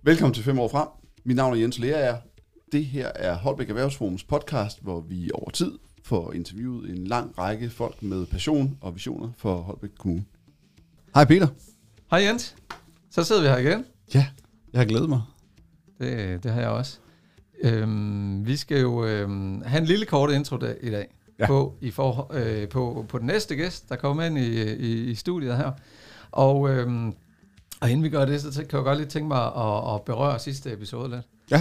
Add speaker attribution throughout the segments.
Speaker 1: Velkommen til 5 år frem. Mit navn er Jens Lerager. Det her er Holbæk Erhvervsforums podcast, hvor vi over tid får interviewet en lang række folk med passion og visioner for Holbæk Kommune. Hej Peter.
Speaker 2: Hej Jens. Så sidder vi her igen.
Speaker 1: Ja, jeg har glædet mig.
Speaker 2: Det har jeg også. Vi skal jo have en lille kort intro i dag på den næste gæst, der kommer ind i studiet her. Og inden vi gør det, så kan jeg godt lige tænke mig at berøre sidste episode lidt.
Speaker 1: Ja.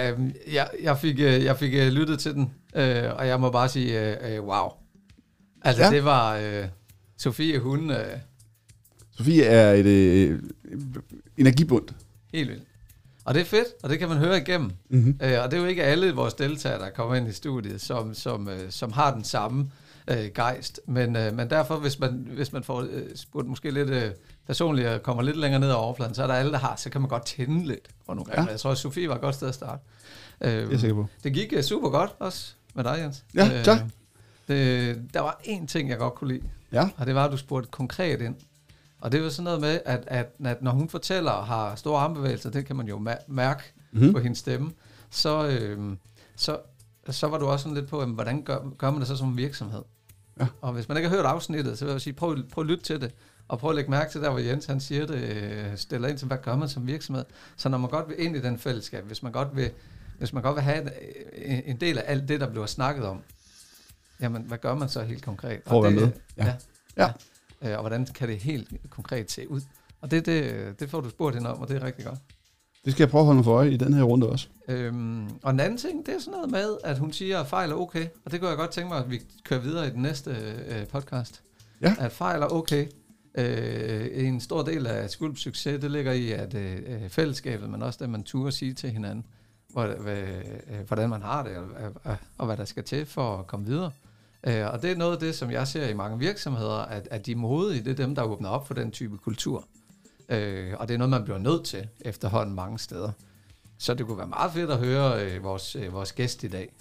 Speaker 2: Jeg fik lyttet til den, og jeg må bare sige, wow. Altså det var Sofie, hun...
Speaker 1: Sofie er et energibund.
Speaker 2: Helt vildt. Og det er fedt, og det kan man høre igennem. Mm-hmm. Og det er jo ikke alle vores deltagere, der kommer ind i studiet, som har den samme gejst. Men derfor, hvis man får spurgt måske lidt personligt og kommer lidt længere ned over overfladen, så er der alle, der har, så kan man godt tænde lidt. Og nogle gange. Ja. Jeg tror, at Sofie var et godt sted at starte.
Speaker 1: Jeg er sikker på.
Speaker 2: Det gik super godt også med dig, Jens.
Speaker 1: Ja, tak.
Speaker 2: Der var én ting, jeg godt kunne lide.
Speaker 1: Ja.
Speaker 2: Og det var, at du spurgte konkret ind. Og det var sådan noget med, at når hun fortæller og har store armbevægelser, det kan man jo mærke på hendes stemme, så var du også sådan lidt på, hvordan gør man det så som virksomhed? Ja. Og hvis man ikke har hørt afsnittet, så vil jeg sige, prøv at lytte til det, og prøv at lægge mærke til der, hvor Jens han siger det, stiller ind til, hvad gør man som virksomhed? Så når man godt vil ind i den fællesskab, hvis man godt vil have en del af alt det, der bliver snakket om, jamen, hvad gør man så helt konkret?
Speaker 1: Prøv at være med. Ja.
Speaker 2: Og hvordan kan det helt konkret se ud? Og det får du spurgt hende om, og det er rigtig godt.
Speaker 1: Det skal jeg prøve at holde mig for øje i den her runde også.
Speaker 2: Og en anden ting, det er sådan noget med, at hun siger, at fejl er okay. Og det kunne jeg godt tænke mig, at vi kører videre i den næste podcast. Ja. At fejl er okay. En stor del af Skulps succes, det ligger i, at fællesskabet, men også det, man turde sige til hinanden, hvordan man har det, og hvad der skal til for at komme videre. Og det er noget af det, som jeg ser i mange virksomheder, at de modige, det er dem, der åbner op for den type kultur. Og det er noget, man bliver nødt til efterhånden mange steder. Så det kunne være meget fedt at høre vores gæst i dag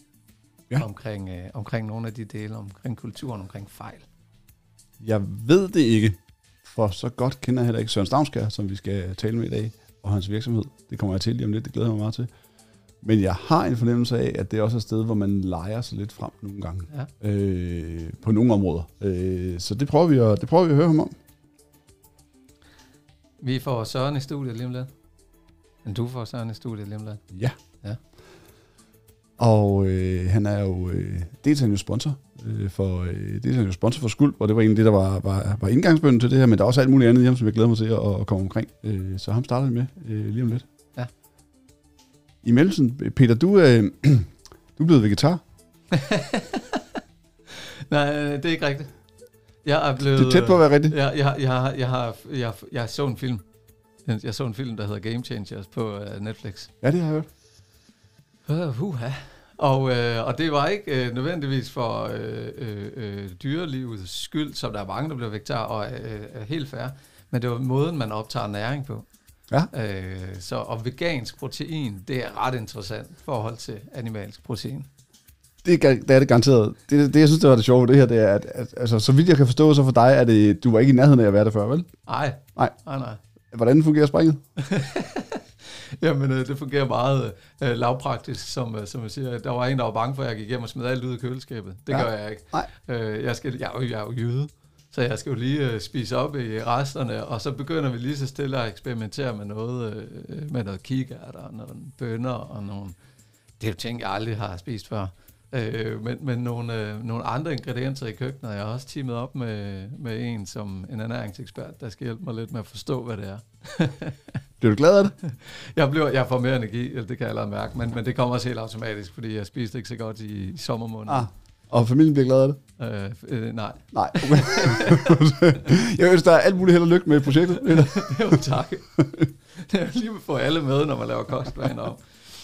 Speaker 2: omkring nogle af de dele, omkring kulturen, omkring fejl.
Speaker 1: Jeg ved det ikke, for så godt kender jeg heller ikke Søren Stavnskær, som vi skal tale med i dag, og hans virksomhed. Det kommer jeg til lige om lidt, det glæder jeg mig meget til. Men jeg har en fornemmelse af, at det er også et sted, hvor man leger sig lidt frem nogle gange. Ja. På nogle områder. Så det prøver vi at høre ham om.
Speaker 2: Vi får Søren i studiet lige om lidt. Men du får Søren i studiet lige om lidt.
Speaker 1: Ja. Og han er jo dels er han jo sponsor for Skulp, og det var egentlig det, der var indgangsbønnen til det her, men der er også alt muligt andet i ham, som jeg glæder mig til at komme omkring. Så ham starter vi med lige om lidt.
Speaker 2: Ja.
Speaker 1: I mellemtiden, Peter, du er blevet vegetar.
Speaker 2: Nej, det er ikke rigtigt. Jeg er blevet...
Speaker 1: Det er tæt på at være rigtigt.
Speaker 2: Jeg så en film. Jeg så en film, der hedder Game Changers på Netflix.
Speaker 1: Ja, det har jeg hørt.
Speaker 2: Og det var ikke nødvendigvis for dyrelivets skyld, som der er mange, der bliver vegetar, og helt fair. Men det var måden, man optager næring på.
Speaker 1: Ja.
Speaker 2: Og vegansk protein, det er ret interessant i forhold til animalsk protein.
Speaker 1: Det er det garanteret. Det jeg synes, det var det sjove ved det her, det er, at altså, så vidt jeg kan forstå, så for dig er det, du var ikke i nærheden af at være der før, vel?
Speaker 2: Nej.
Speaker 1: Hvordan fungerer springet?
Speaker 2: Jamen, det fungerer meget lavpraktisk, som jeg siger. Der var en, der var bange for, at jeg gik hjem og smed alt ud i køleskabet. Det gør jeg ikke. Nej. Jeg er jo jøde, så jeg skal jo lige spise op i resterne, og så begynder vi lige så stille at eksperimentere med noget kikærter, og nogle bønner, og nogle... Det er jo ting, jeg aldrig har spist før. Men nogle andre ingredienser i køkkenet. Jeg har også teamet op med en ernæringsekspert, der skal hjælpe mig lidt med at forstå, hvad det er.
Speaker 1: Bliver du glad af det?
Speaker 2: Jeg får mere energi, det kan jeg allerede mærke, men det kommer også helt automatisk, fordi jeg spiste ikke så godt i sommermåneden.
Speaker 1: Og familien bliver glad af
Speaker 2: det? Nej.
Speaker 1: Nej, okay. Jeg ønsker dig alt muligt held og lykke med projektet.
Speaker 2: Jo, tak. Det er lige at få alle med, når man laver kostplaner om.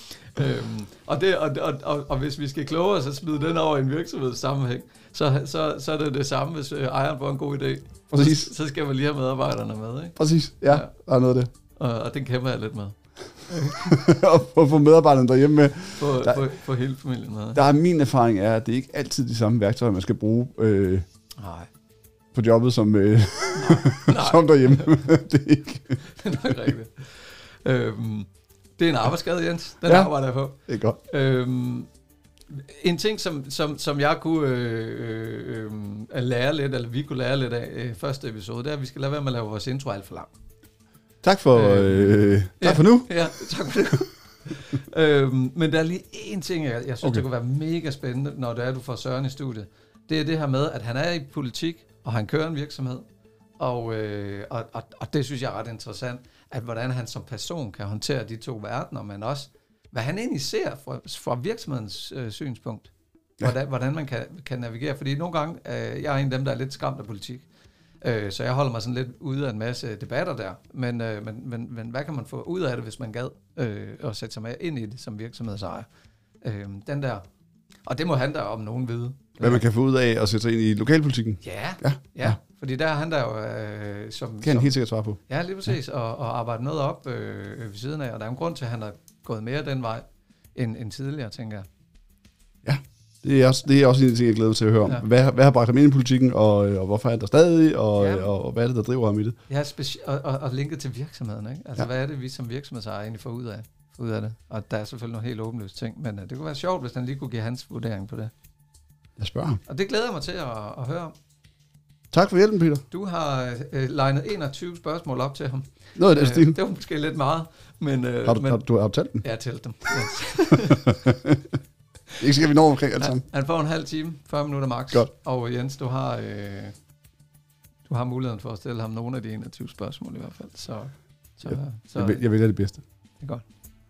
Speaker 2: Og hvis vi skal kloge os at smide den over i en virksomhedssammenhæng, så er det samme, hvis ejeren får en god idé.
Speaker 1: Præcis.
Speaker 2: Så skal man lige have medarbejderne med, ikke?
Speaker 1: Præcis, ja. Der er noget af det.
Speaker 2: Og den kæmper jeg lidt med.
Speaker 1: Og få medarbejderne derhjemme med.
Speaker 2: Få hele familien med.
Speaker 1: Der er min erfaring er, at det ikke altid de samme værktøjer, man skal bruge på jobbet som derhjemme. Det er ikke.
Speaker 2: Det er nok rigtigt. Det er en arbejdsskade, Jens. Den arbejder jeg på.
Speaker 1: Det er godt.
Speaker 2: En ting, som jeg kunne lære lidt, eller vi kunne lære lidt af første episode, det er, at vi skal lade være med at lave vores intro alt for lang.
Speaker 1: Tak for nu.
Speaker 2: Ja, tak for det. Men der er lige én ting, jeg synes, det kunne være mega spændende, når det er, du får Søren i studiet. Det er det her med, at han er i politik, og han kører en virksomhed. Og det synes jeg er ret interessant, at hvordan han som person kan håndtere de to verdener, men også hvad han egentlig ser fra virksomhedens synspunkt. Hvordan man kan navigere. Fordi nogle gange, jeg er en af dem, der er lidt skræmt af politik. Så jeg holder mig sådan lidt ude af en masse debatter der. Men hvad kan man få ud af det, hvis man gad at sætte sig med ind i det som virksomhedsejer? Den der. Og det må han der om nogen vide.
Speaker 1: Hvad man kan få ud af at sætte sig ind i lokalpolitikken?
Speaker 2: Ja. Fordi der er han der jo
Speaker 1: kan han helt sikkert svare på.
Speaker 2: Ja, lige præcis. Og arbejde noget op ved siden af. Og der er en grund til, at han har gået mere den vej end tidligere, tænker jeg. Ja.
Speaker 1: Det er også en ting, jeg glæder mig til at høre om. Ja. Hvad har bragt ham ind i politikken, og hvorfor er han der stadig, og hvad er det, der driver ham i det?
Speaker 2: Ja, og linket til virksomheden, ikke? Altså, hvad er det, vi som virksomhedsejere egentlig får ud af det? Og der er selvfølgelig nogle helt åbenlyse ting, men det kunne være sjovt, hvis han lige kunne give hans vurdering på det.
Speaker 1: Jeg spørger ham.
Speaker 2: Og det glæder jeg mig til at høre om.
Speaker 1: Tak for hjælpen, Peter.
Speaker 2: Du har legnet 21 spørgsmål op til ham.
Speaker 1: Noget af det stil.
Speaker 2: Det var måske lidt meget, men...
Speaker 1: Du har talt dem?
Speaker 2: Jeg har talt dem.
Speaker 1: Ikke skal vi nå omkring alt sammen.
Speaker 2: Han får en halv time, 40 minutter max.
Speaker 1: Godt.
Speaker 2: Og Jens, du har muligheden for at stille ham nogle af de 21 spørgsmål i hvert fald. Så
Speaker 1: jeg vælger det bedste.
Speaker 2: Det er godt.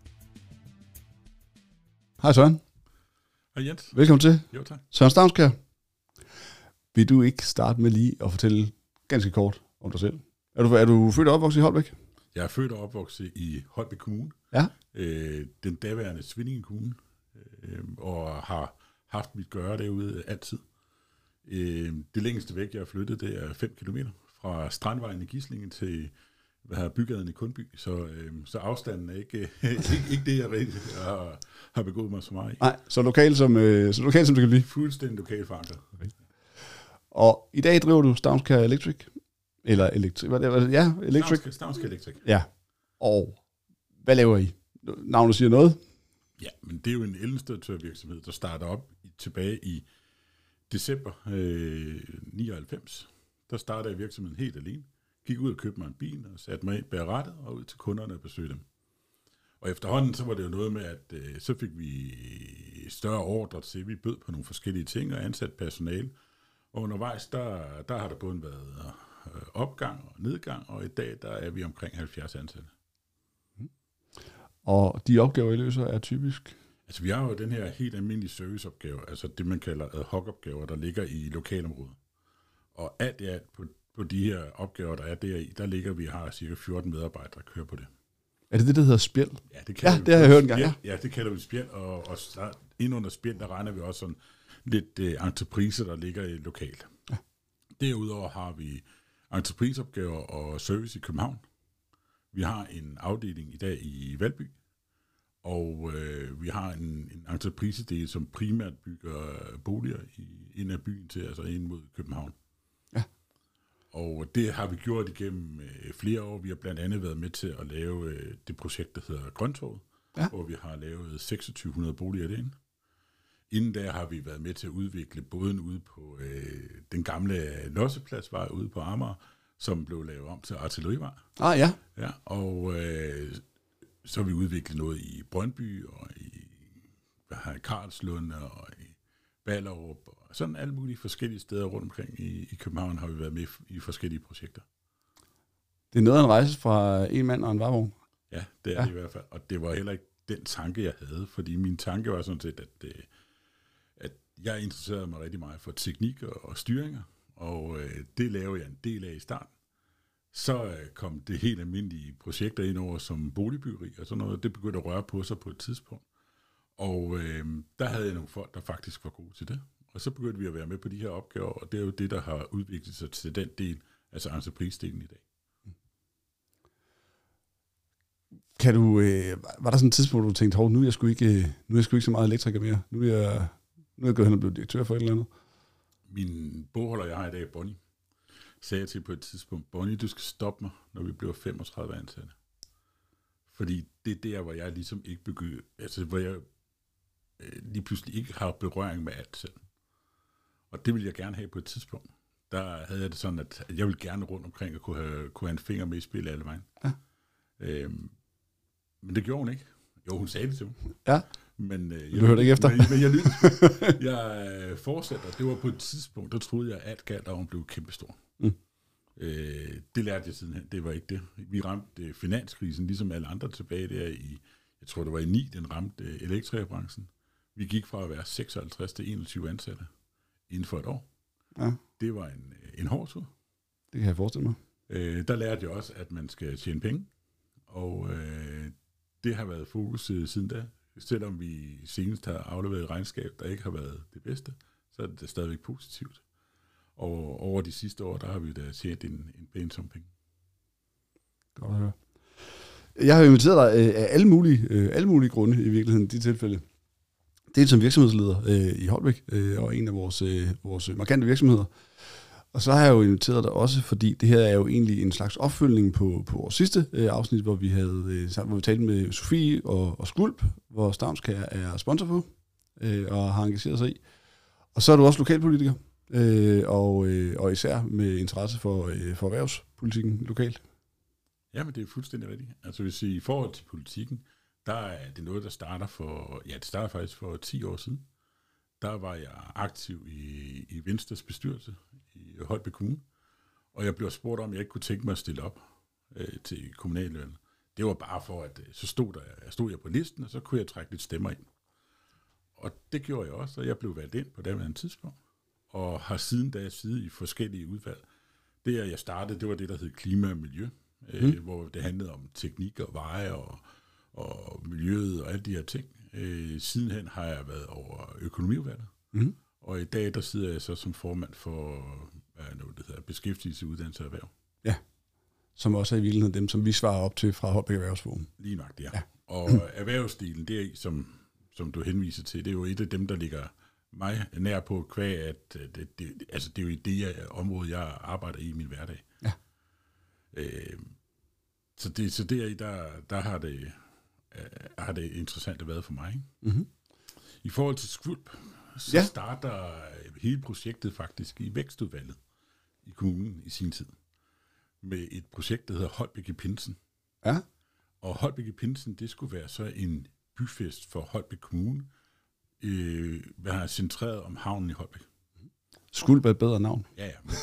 Speaker 1: Hej Søren.
Speaker 3: Hej Jens.
Speaker 1: Velkommen til.
Speaker 3: Jo, tak.
Speaker 1: Søren Stavnskjær. Vil du ikke starte med lige at fortælle ganske kort om dig selv? Er du født og opvokset i Holbæk?
Speaker 3: Jeg er født og opvokset i Holbæk Kommune.
Speaker 1: Ja.
Speaker 3: Den daværende Svindinge Kommune. Og har haft mit gøre derude altid. Det længste væk, jeg har flyttet, det er 5 kilometer fra Strandvejen i Gislingen til Bygaden i Kundby. Så afstanden er ikke det, jeg rigtig har begået mig så meget i.
Speaker 1: Nej, så lokalt som det kan blive.
Speaker 3: Fuldstændig lokalt forankret. Okay.
Speaker 1: Og i dag driver du Stavnskjær Electric? Eller Electric? Ja, Electric.
Speaker 3: Stavnskjær Electric.
Speaker 1: Ja. Og hvad laver I? Navnet siger noget?
Speaker 3: Ja, men det er jo en elinstallatørvirksomhed, der starter op tilbage i december 99. Der startede jeg virksomheden helt alene. Gik ud og købte mig en bil og satte mig bag rattet og ud til kunderne og besøgte dem. Og efterhånden så var det jo noget med, at så fik vi større ordre til, vi bød på nogle forskellige ting og ansat personale. Og undervejs, der har der både været opgang og nedgang, og i dag der er vi omkring 70 ansatte.
Speaker 1: Og de opgaver, I løser, er typisk?
Speaker 3: Altså, vi har jo den her helt almindelige serviceopgave, altså det, man kalder ad hoc-opgaver, der ligger i lokalområdet. Og alt i alt på de her opgaver, der er deri, der ligger vi har cirka 14 medarbejdere, der kører på det.
Speaker 1: Er det der hedder spjæld?
Speaker 3: Ja, det
Speaker 1: har jeg hørt en gang, ja.
Speaker 3: Ja, det kalder vi spjæld, og ind under spjæld, der regner vi også sådan lidt entrepriser, der ligger i lokalt. Ja. Derudover har vi entrepriseopgaver og service i København. Vi har en afdeling i dag i Valby, og vi har en entreprisedel, som primært bygger boliger ind af byen til, altså ind mod København.
Speaker 1: Ja.
Speaker 3: Og det har vi gjort igennem flere år. Vi har blandt andet været med til at lave det projekt, der hedder Grøntorvet, hvor vi har lavet 2600 boliger derinde. Inden da har vi været med til at udvikle båden ude på den gamle Lossepladsvej ude på Amager, som blev lavet om til artillerivej.
Speaker 1: Ja.
Speaker 3: Ja, og så har vi udviklet noget i Brøndby, og i Karlslund, og i Ballerup, og sådan alle mulige forskellige steder rundt omkring i København har vi været med i forskellige projekter.
Speaker 1: Det er noget af en rejse fra en mand og en varevogn.
Speaker 3: Ja, det er det i hvert fald, og det var heller ikke den tanke, jeg havde, fordi min tanke var sådan set, at jeg interesserede mig rigtig meget for teknik og styringer, og det lavede jeg en del af i starten. Så kom det helt almindelige projekter ind over som boligbyggeri og sådan noget. Det begyndte at røre på sig på et tidspunkt. Og der havde jeg nogle folk, der faktisk var gode til det. Og så begyndte vi at være med på de her opgaver, og det er jo det, der har udviklet sig til den del, altså entreprise-delen i dag.
Speaker 1: Kan du, var der sådan et tidspunkt, hvor du tænkte, nu er jeg sgu ikke så meget elektriker mere. Nu er jeg gået hen og blevet direktør for et eller andet.
Speaker 3: Min bogholder, jeg har i dag, Bonnie, sagde til på et tidspunkt, Bonnie, du skal stoppe mig, når vi bliver 35 ansatte. Fordi det er der, hvor jeg ligesom ikke begynder, altså hvor jeg lige pludselig ikke har berøring med alt selv. Og det ville jeg gerne have på et tidspunkt. Der havde jeg det sådan, at jeg ville gerne rundt omkring og kunne have en finger med i spil alle vejen. Ja. Men det gjorde hun ikke. Jo, hun sagde det til mig.
Speaker 1: Ja.
Speaker 3: Men
Speaker 1: du hørte ikke efter?
Speaker 3: Men jeg lyttede. Jeg fortsatte, og det var på et tidspunkt, der troede jeg, at alt galt, og hun blev kæmpestor. Det lærte jeg sidenhen, det var ikke det. Vi ramte finanskrisen, ligesom alle andre tilbage der i, jeg tror det var i 9, den ramte elektrikerbranchen. Vi gik fra at være 56 til 21 ansatte inden for et år. Ja. Det var en hård tur.
Speaker 1: Det kan jeg forestille mig.
Speaker 3: Der lærte jeg også, at man skal tjene penge, og det har været fokus siden da. Selvom vi senest har afleveret et regnskab, der ikke har været det bedste, så er det stadigvæk positivt. Og over de sidste år, der har vi da tjent en pæn sum penge.
Speaker 1: Godt at høre. Jeg har inviteret dig af alle mulige grunde i virkeligheden, i de tilfælde. Dels som virksomhedsleder i Holbæk, og en af vores markante virksomheder. Og så har jeg jo inviteret dig også, fordi det her er jo egentlig en slags opfølgning på vores sidste afsnit, hvor vi talte med Sofie og Skulp, hvor Stavnskær er sponsor på, og har engageret sig i. Og så er du også lokalpolitiker, og især med interesse for erhvervspolitikken lokalt.
Speaker 3: Ja, men det er fuldstændig rigtigt. Altså hvis i forhold til politikken, der er det noget, der starter faktisk for 10 år siden. Der var jeg aktiv i Venstres bestyrelse i Holbæk Kommune, og jeg blev spurgt om, jeg ikke kunne tænke mig at stille op til kommunalvalget. Det var bare for, at så stod jeg på listen, og så kunne jeg trække lidt stemmer ind. Og det gjorde jeg også, og jeg blev valgt ind på det tidspunkt, og har siden da siddet i forskellige udvalg. Det, jeg startede, det var det, der hed klima og miljø, hvor det handlede om teknik og veje og miljøet og alle de her ting. Sidenhen har jeg været over økonomiudvalget, og i dag der sidder jeg så som formand for det hedder beskæftigelse, uddannelse og erhverv.
Speaker 1: Ja, som også er i virkeligheden dem, som vi svarer op til fra Holbæk Erhvervsforum.
Speaker 3: Lige nok, ja. Og erhvervsdelen, det er, som du henviser til, det er jo et af dem, der ligger mig nær på kvæg, at det er jo i det område, jeg arbejder i min hverdag. Ja. Så der har det interessant været for mig. Ikke? Mm-hmm. I forhold til Skvulp, så starter hele projektet faktisk i vækstudvalget i kommunen i sin tid, med et projekt, der hedder Holbæk i Pinsen. Ja. Og Holbæk i Pinsen, det skulle være så en byfest for Holbæk Kommune, centreret om havnen i Holbæk.
Speaker 1: Skvulp er et bedre navn.
Speaker 3: Ja, men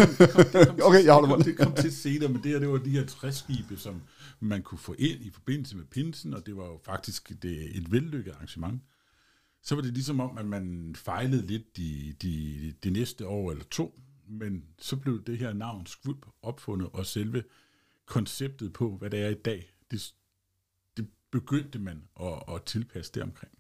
Speaker 3: det kom til senere, men det var de her træskibe, som man kunne få ind i forbindelse med pinsen, og det var jo faktisk et vellykket arrangement. Så var det ligesom om, at man fejlede lidt de næste år eller 2, men så blev det her navn Skvulp opfundet, og selve konceptet på, hvad det er i dag, det begyndte man at tilpasse det omkring.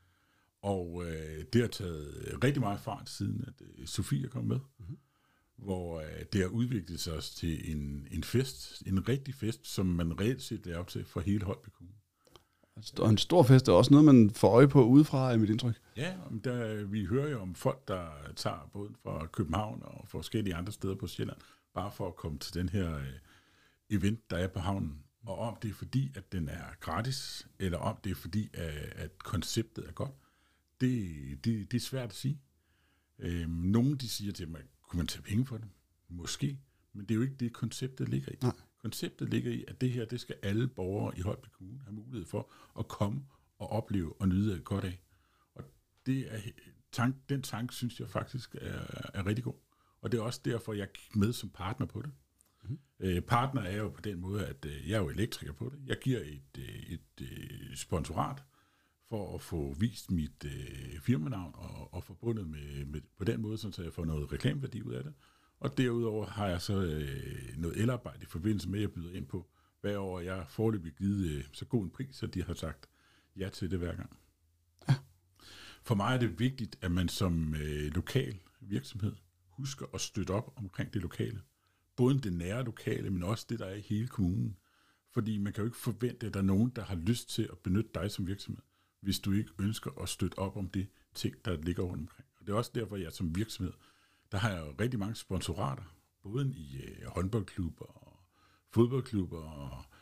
Speaker 3: Og det har taget rigtig meget fart siden, at Sofie er kommet med, hvor det har udviklet sig til en fest, en rigtig fest, som man reelt set er op til for hele Holbæk Kommune.
Speaker 1: En stor fest er også noget, man får øje på udefra, er mit indtryk.
Speaker 3: Ja, vi hører jo om folk, der tager både fra København og forskellige andre steder på Sjælland, bare for at komme til den her event, der er på havnen. Og om det er fordi, at den er gratis, eller om det er fordi, at konceptet er godt, det er svært at sige. Nogle de siger til mig, kunne man tage penge for det? Måske, men det er jo ikke det, konceptet ligger i. Nej. Konceptet ligger i, at det her, det skal alle borgere i Holbæk Kommune have mulighed for at komme og opleve og nyde godt af. Og det er den tanke, synes jeg faktisk er rigtig god. Og det er også derfor, jeg gik med som partner på det. Partner er jo på den måde, at jeg er jo elektriker på det. Jeg giver et sponsorat for at få vist mit firmanavn og forbundet med på den måde, så jeg får noget reklameværdi ud af det. Og derudover har jeg så noget elarbejde i forbindelse med, at jeg byder ind på, hver år jeg foreløbig givet så god en pris, at de har sagt ja til det hver gang. Ja. For mig er det vigtigt, at man som lokal virksomhed husker at støtte op omkring det lokale. Både det nære lokale, men også det, der er i hele kommunen. Fordi man kan jo ikke forvente, at der er nogen, der har lyst til at benytte dig som virksomhed, hvis du ikke ønsker at støtte op om det ting, der ligger rundt omkring. Og det er også derfor, jeg som virksomhed, der har jeg jo rigtig mange sponsorater, både i håndboldklubber og fodboldklubber og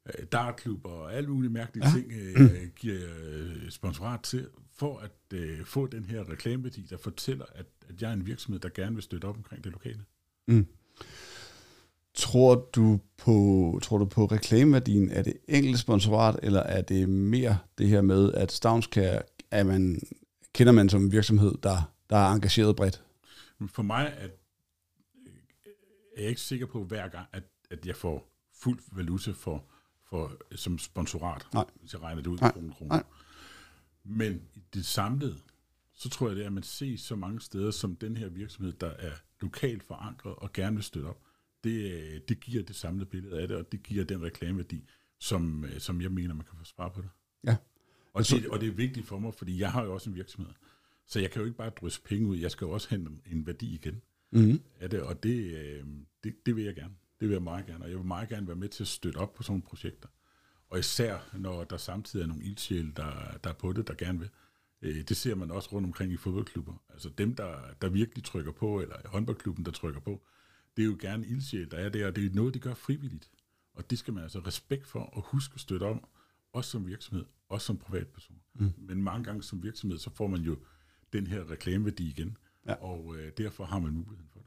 Speaker 3: dartklubber og alle mulige mærkelige ting giver sponsorat til, for at få den her reklameværdi, der fortæller, at jeg er en virksomhed, der gerne vil støtte op omkring det lokale.
Speaker 1: Mm. Tror du på reklameværdien? Er det enkelt sponsorat, eller er det mere det her med, at Stavnskær kender man som en virksomhed, der er engageret bredt?
Speaker 3: For mig er jeg ikke sikker på hver gang, at jeg får fuld valuta for som sponsorat, hvis jeg regner det ud i kroner. Men i det samlede, så tror jeg, det er, at man ser så mange steder, som den her virksomhed, der er lokalt forankret og gerne vil støtte op. Det giver det samlede billede af det, og det giver den reklameværdi, som jeg mener, man kan få spare på det.
Speaker 1: Ja.
Speaker 3: Og det er vigtigt for mig, fordi jeg har jo også en virksomhed. Så jeg kan jo ikke bare drysse penge ud, jeg skal jo også hente en værdi igen af det, og det vil jeg gerne. Det vil jeg meget gerne, og jeg vil meget gerne være med til at støtte op på sådan nogle projekter. Og især, når der samtidig er nogle ildsjæle, der er på det, der gerne vil. Det ser man også rundt omkring i fodboldklubber. Altså dem, der virkelig trykker på, eller håndboldklubben, der trykker på, det er jo gerne ildsjæle, der er der, og det er noget, de gør frivilligt. Og det skal man altså respekt for, og huske at støtte om, også som virksomhed, også som privatperson. Men mange gange som virksomhed, så får man jo den her reklameværdi igen, og derfor har man muligheden for det.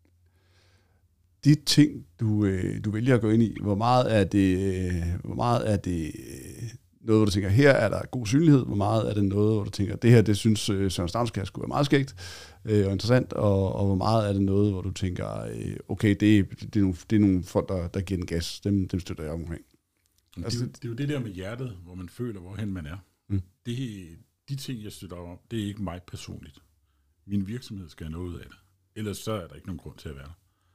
Speaker 1: De ting, du vælger at gå ind i, hvor meget er det noget, hvor du tænker, her er der god synlighed, hvor meget er det noget, hvor du tænker, det her, det synes Søren Stavnskær skulle være meget skægt og interessant, og hvor meget er det noget, hvor du tænker, okay, det er nogle folk, der giver den gas, dem støtter jeg omkring.
Speaker 3: Altså, det er jo det der med hjertet, hvor man føler, hvorhen man er. De ting, jeg støtter om, det er ikke mig personligt. Min virksomhed skal have noget ud af det. Ellers så er der ikke nogen grund til at være der.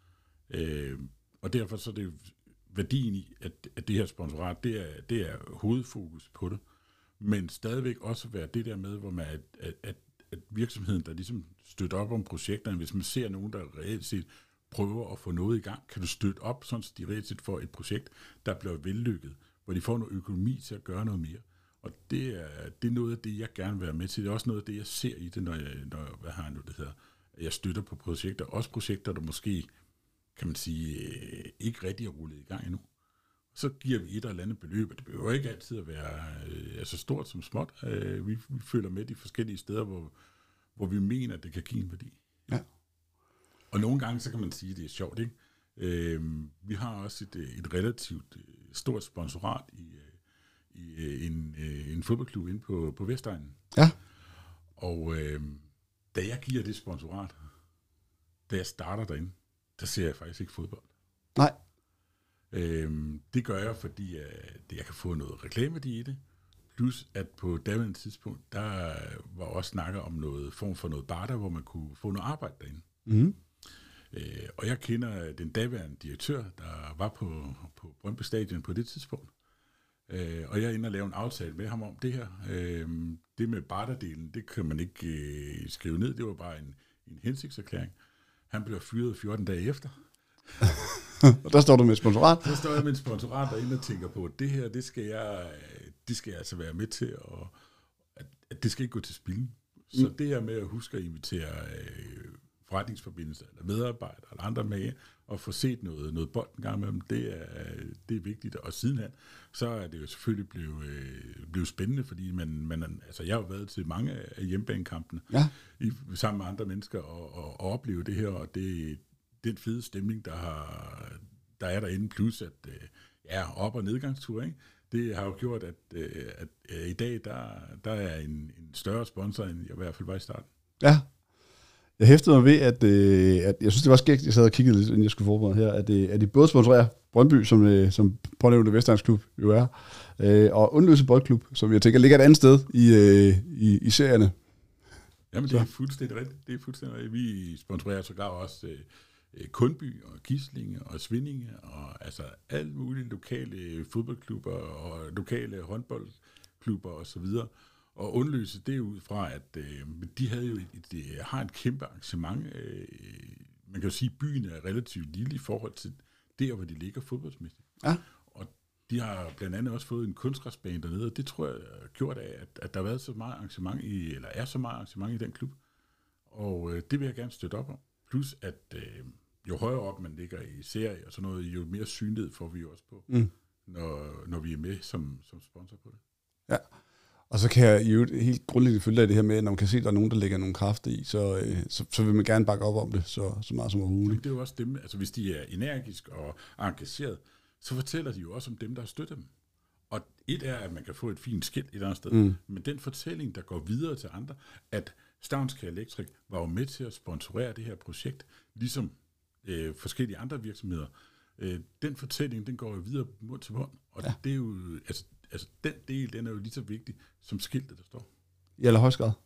Speaker 3: Og derfor så er det værdien i, at det her sponsorat, det er hovedfokus på det. Men stadigvæk også være det der med, hvor man at virksomheden, der ligesom støtter op om projekterne, hvis man ser nogen, der reelt set prøver at få noget i gang, kan du støtte op, sådan at de reelt set får et projekt, der bliver vellykket, hvor de får noget økonomi til at gøre noget mere. Og det er noget af det, jeg gerne vil være med til. Det er også noget af det, jeg ser i det, når hvad har jeg nu det hedder, jeg støtter på projekter. Også projekter, der måske, kan man sige, ikke rigtig er rullet i gang endnu. Så giver vi et eller andet beløb, og det behøver ikke altid at være så stort som småt. Vi følger med de forskellige steder, hvor vi mener, at det kan give en værdi.
Speaker 1: Ja. Og
Speaker 3: nogle gange, så kan man sige, at det er sjovt, ikke? Vi har også et relativt stort sponsorat i en fodboldklub inde på Vestegnen.
Speaker 1: Ja.
Speaker 3: Og da jeg giver det sponsorat, da jeg starter derinde, der ser jeg faktisk ikke fodbold.
Speaker 1: Nej.
Speaker 3: Det gør jeg, fordi jeg kan få noget reklameværdi i det. Plus at på daværende tidspunkt, der var også snakker om noget form for noget barter, hvor man kunne få noget arbejde derinde.
Speaker 1: Mm.
Speaker 3: Og jeg kender den daværende direktør, der var på Brøndby Stadion på det tidspunkt. Og jeg er inde og lave en aftale med ham om det her. Det med barterdelen, det kan man ikke skrive ned. Det var bare en hensigtserklæring. Han blev fyret 14 dage efter.
Speaker 1: Og der står du med sponsorat?
Speaker 3: Der står jeg med en sponsorat derinde og tænker på, at det her, det skal jeg altså være med til, og at det skal ikke gå til spilden. Så det her med at huske at invitere forretningsforbindelser, eller medarbejdere, eller andre med, og få set noget bold en gang med dem, det er vigtigt. Og sidenhen, så er det jo selvfølgelig blevet spændende, fordi altså jeg har jo været til mange af hjemmebanekampene, sammen med andre mennesker, og opleve det her, og den fede stemning, der er derinde, plus at op- og nedgangstur, ikke? Det har jo gjort, at i dag, der er en større sponsor, end jeg i hvert fald var i starten.
Speaker 1: Ja. Jeg hæftede mig ved, at jeg synes, det var skægt, jeg sad og kiggede lidt, inden jeg skulle forberede her, at de både sponsorerer Brøndby, som pånævnte Vestegnsklub jo er, og Undløse Boldklub, som jeg tænker ligger et andet sted i serierne.
Speaker 3: Jamen, det er fuldstændig rigtigt. Vi sponsorerer sågar også Kundby og Gislinge og Svindinge, og altså alle mulige lokale fodboldklubber og lokale håndboldklubber osv. Og Undløse, det er ud fra, at de havde jo har et kæmpe arrangement. Man kan jo sige, at byen er relativt lille i forhold til der, hvor de ligger fodboldsmæssigt. Ja. Og de har blandt andet også fået en kunstgræsbane dernede, og det tror jeg har gjort af, at der har været så meget arrangement er så meget arrangement i den klub. Og det vil jeg gerne støtte op om. Plus, at jo højere op man ligger i serie og sådan noget, jo mere synlighed får vi jo også på. når vi er med som sponsor på det.
Speaker 1: Ja, og så kan jeg jo helt grundlæggende følge af det her med, at når man kan se, at der er nogen, der lægger nogle kræfter i, så vil man gerne bakke op om det så meget som overhovedet.
Speaker 3: Det er jo også dem, altså hvis de er energisk og engageret, så fortæller de jo også om dem, der støtter dem. Og et er, at man kan få et fint skilt et andet sted, men den fortælling, der går videre til andre, at Stavnskær Elektrik var jo med til at sponsorere det her projekt, ligesom forskellige andre virksomheder. Den fortælling, den går jo videre mund til mund, og det er jo, altså den del, den er jo lige så vigtig som skiltet, der står.
Speaker 1: I allerhøjst grad.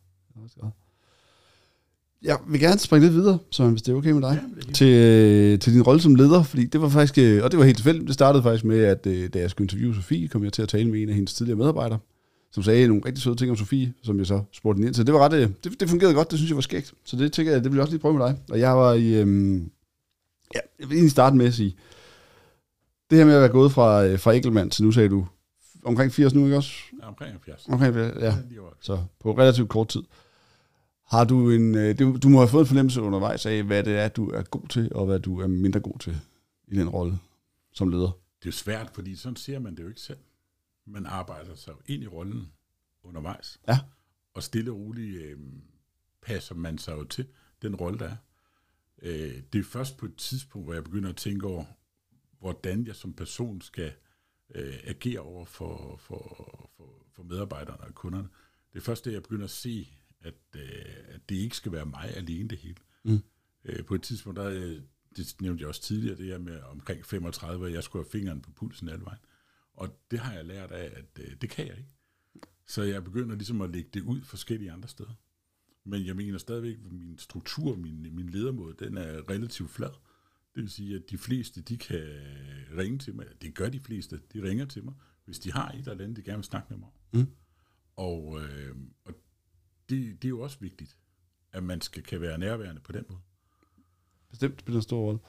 Speaker 1: Jeg vil gerne springe lidt videre, så hvis det er okay med dig, til din rolle som leder, fordi det var faktisk, og det var helt tilfældigt, det startede faktisk med, at da jeg skulle interviewe Sofie, kom jeg til at tale med en af hendes tidligere medarbejdere, som sagde nogle rigtig søde ting om Sofie, som jeg så spurgte hende ind til. Det var det fungerede godt, det synes jeg var skægt, så det tænker jeg, det vil jeg også lige prøve med dig. Og jeg var jeg vil egentlig starte med at sige, det her med at være gået fra Enkeltmand til nu, sagde du, omkring 80 nu, ikke også?
Speaker 3: Ja, omkring 70.
Speaker 1: Ja. Så på relativt kort tid. Har du du må have fået en fornemmelse undervejs af, hvad det er, du er god til, og hvad du er mindre god til i den rolle som leder?
Speaker 3: Det er jo svært, fordi sådan ser man det jo ikke selv. Man arbejder sig ind i rollen undervejs.
Speaker 1: Ja.
Speaker 3: Og stille og roligt passer man sig jo til den rolle, der er. Det er først på et tidspunkt, hvor jeg begynder at tænke over, hvordan jeg som person skal agere over for medarbejderne og kunderne. Det er først det, jeg begynder at se, at det ikke skal være mig alene det hele. På et tidspunkt, det nævnte jeg også tidligere, det her med omkring 35, at jeg skulle have fingeren på pulsen alle vejen. Og det har jeg lært af, at det kan jeg ikke. Så jeg begynder ligesom at lægge det ud forskellige andre steder. Men jeg mener stadigvæk, at min struktur, min ledermåde, den er relativt flad. Det vil sige, at de fleste, de kan ringe til mig. Det gør de fleste, de ringer til mig, hvis de har et eller andet, de gerne vil snakke med mig om. Og det er jo også vigtigt, at man kan være nærværende på den måde.
Speaker 1: Bestemt spiller en stor rolle.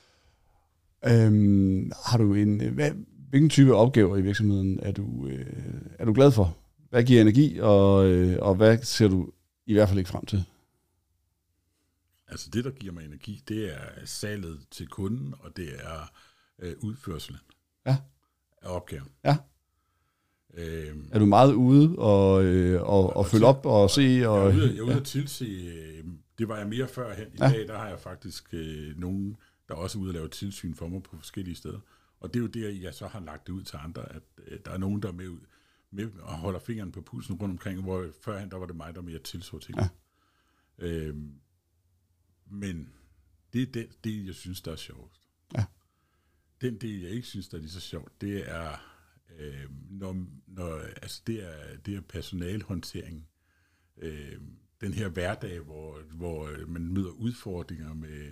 Speaker 1: Har du hvilken type opgaver i virksomheden er du glad for? Hvad giver energi, og hvad ser du i hvert fald ikke frem til?
Speaker 3: Altså det, der giver mig energi, det er salget til kunden, og det er udførselen af opgaven.
Speaker 1: Ja. Er du meget ude og følge op og se? Og,
Speaker 3: jeg er ude at tilse. Det var jeg mere førhen. I dag der har jeg faktisk nogen, der også er ude at lave tilsyn for mig på forskellige steder. Og det er jo det, jeg så har lagt det ud til andre, at der er nogen, der er med og holder fingeren på pulsen rundt omkring, hvor førhen der var det mig, der mere tilså ting. Ja. Men det er den del, jeg synes, der er sjovest. Ja. Den del, jeg ikke synes, der er lige så sjovt, det er altså det er personalehåndtering. Den her hverdag, hvor man møder udfordringer med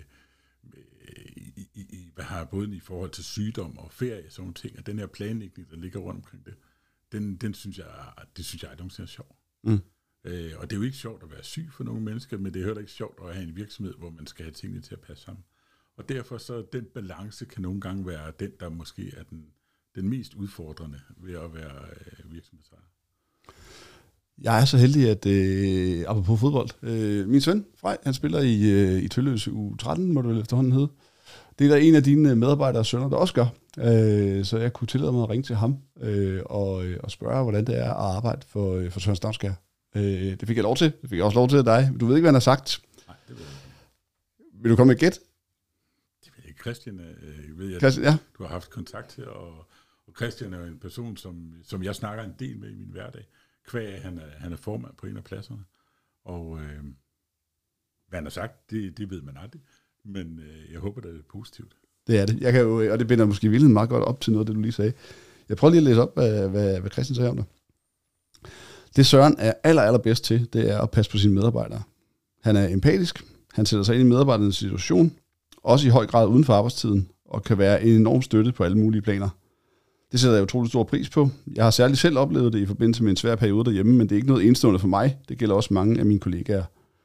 Speaker 3: hvad har både i forhold til sygdom og ferie, sådan nogle ting, og den her planlægning, der ligger rundt omkring det, den synes jeg, er sjov. Og det er jo ikke sjovt at være syg for nogle mennesker, men det er heller ikke sjovt at have en virksomhed, hvor man skal have tingene til at passe sammen. Og derfor så den balance kan nogle gange være den, der måske er den mest udfordrende ved at være virksomhedsejer.
Speaker 1: Jeg er så heldig, at apropos fodbold, min søn, Frej, han spiller i Tølløse U13, må du vel efterhånden hedde. Det er der en af dine medarbejdere og sønner, der også gør. Så jeg kunne tillade mig at ringe til ham og spørge, hvordan det er at arbejde for Søren Stavnskær. Det fik jeg lov til. Det fik jeg også lov til af dig. Du ved ikke, hvad han har sagt.
Speaker 3: Nej, det ved jeg ikke.
Speaker 1: Vil du komme med et gæt?
Speaker 3: Det ved jeg ikke. Christian, ved jeg,
Speaker 1: Christian, ja.
Speaker 3: Du har haft kontakt til, og Christian er jo en person, som jeg snakker en del med i min hverdag. Kvæg, han er formand på en af pladserne. Og hvad han har sagt, det ved man aldrig. Men jeg håber, det er positivt.
Speaker 1: Det er det. Jeg kan jo, og det binder måske vildt meget godt op til noget, det du lige sagde. Jeg prøver lige at læse op, hvad Christian sagde om det. Det Søren er allerbedst til, det er at passe på sine medarbejdere. Han er empatisk, han sætter sig ind i medarbejdernes situation, også i høj grad uden for arbejdstiden, og kan være en enorm støtte på alle mulige planer. Det sætter jeg utrolig stor pris på. Jeg har særligt selv oplevet det i forbindelse med en svær periode derhjemme, men det er ikke noget enestående for mig. Det gælder også mange af mine kollegaer.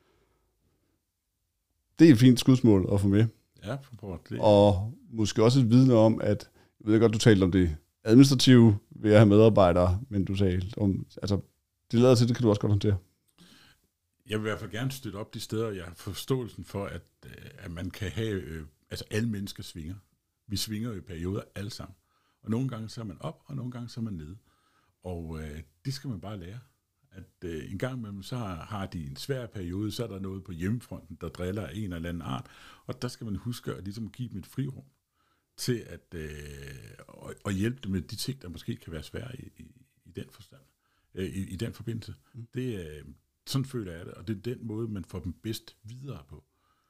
Speaker 1: Det er et fint skudsmål at få med.
Speaker 3: Ja, for det.
Speaker 1: Og måske også et vidne om, at, jeg ved godt, du talte om det administrative ved at have medarbejdere, men du talte om, altså, det lader til, det kan du også godt håndtere.
Speaker 3: Jeg vil i hvert fald gerne støtte op de steder, jeg har forståelsen for, at man kan have, altså alle mennesker svinger. Vi svinger i perioder alle sammen. Og nogle gange så er man op, og nogle gange så er man nede. Og det skal man bare lære. At en gang imellem, så har de en svær periode, så er der noget på hjemmefronten, der driller af en eller anden art, og der skal man huske at ligesom give dem et frirum til at hjælpe dem med de ting, der måske kan være svære i den forstand, i den forbindelse. Sådan føler jeg det, og det er den måde, man får dem bedst videre på.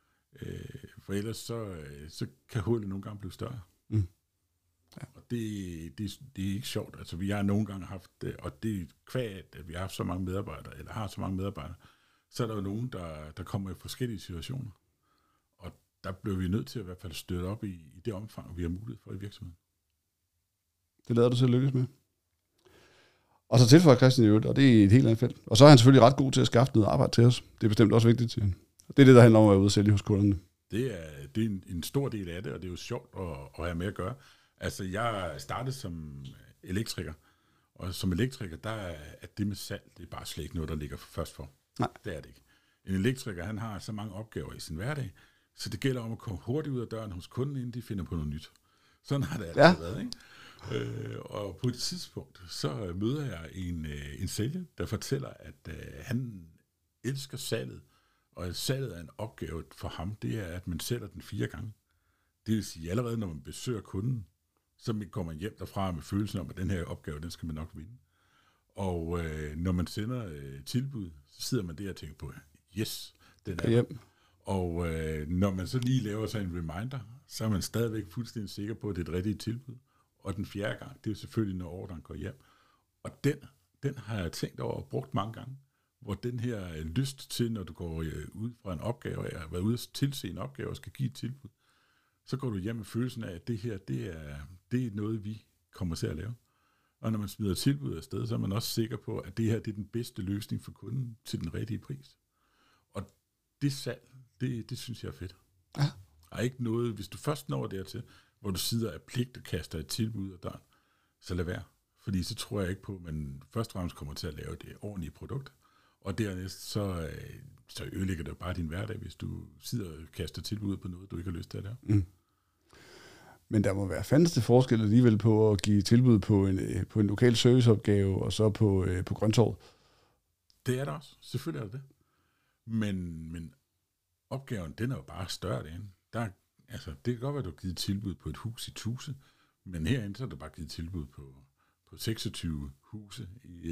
Speaker 3: For ellers så kan hullet nogle gange blive større. Mm. Ja. Og det er ikke sjovt. Altså, vi har nogle gange haft, og det er kvad, at vi har haft så mange medarbejdere, eller har så mange medarbejdere, så er der jo nogen, der kommer i forskellige situationer. Og der bliver vi nødt til at i hvert fald støtte op i det omfang, vi har mulighed for i virksomheden.
Speaker 1: Det lader du til at lykkes med. Og så tilføjer Christian jo, og det er et helt andet felt. Og så er han selvfølgelig ret god til at skaffe noget arbejde til os. Det er bestemt også vigtigt til hende. Det er det, der handler om at være ude og sælge hos kunderne.
Speaker 3: Det er en stor del af det, og det er jo sjovt at have med at gøre. Altså, jeg startede som elektriker, og som elektriker, der er det med salg, det er bare slet ikke noget, der ligger først for. Nej. Det er det ikke. En elektriker, han har så mange opgaver i sin hverdag, så det gælder om at komme hurtigt ud af døren hos kunden, inden de finder på noget nyt. Sådan har det altid været, ikke? Og på et tidspunkt, så møder jeg en sælger, der fortæller, at han elsker salget, og at salget er en opgave for ham, det er, at man sælger den 4 gange. Det vil sige, allerede når man besøger kunden, så kommer man hjem derfra med følelsen om, at den her opgave, den skal man nok vinde. Og når man sender tilbud, så sidder man der og tænker på, yes, den er hjem. Og når man så lige laver sig en reminder, så er man stadigvæk fuldstændig sikker på, at det er et rigtigt tilbud. Og den 4. gang, det er selvfølgelig, når ordren går hjem. Og den har jeg tænkt over og brugt mange gange, hvor den her lyst til, når du går ud fra en opgave, eller været ude at tilse en opgave og skal give et tilbud, så går du hjem med følelsen af, at det her, det er noget, vi kommer til at lave. Og når man smider tilbud afsted, så er man også sikker på, at det her, det er den bedste løsning for kunden til den rigtige pris. Og det salg, det synes jeg er fedt. Ja. Der er ikke noget, hvis du først når dertil, hvor du sidder af pligt og kaster et tilbud ud af døren, så lad være. Fordi så tror jeg ikke på, at man først og fremmest kommer til at lave det ordentlige produkt. Og dernæst, så ødelægger det bare din hverdag, hvis du sidder og kaster tilbud på noget, du ikke har lyst til at lave. Mm.
Speaker 1: Men der må være fandeste forskel alligevel på at give tilbud på en lokal serviceopgave, og så på Grøntorvet.
Speaker 3: Det er der også. Selvfølgelig er det. Men opgaven, den er jo bare større derinde. Det kan godt være, at du har givet tilbud på et hus i Tuse, men herinde så er der bare givet tilbud på 26 huse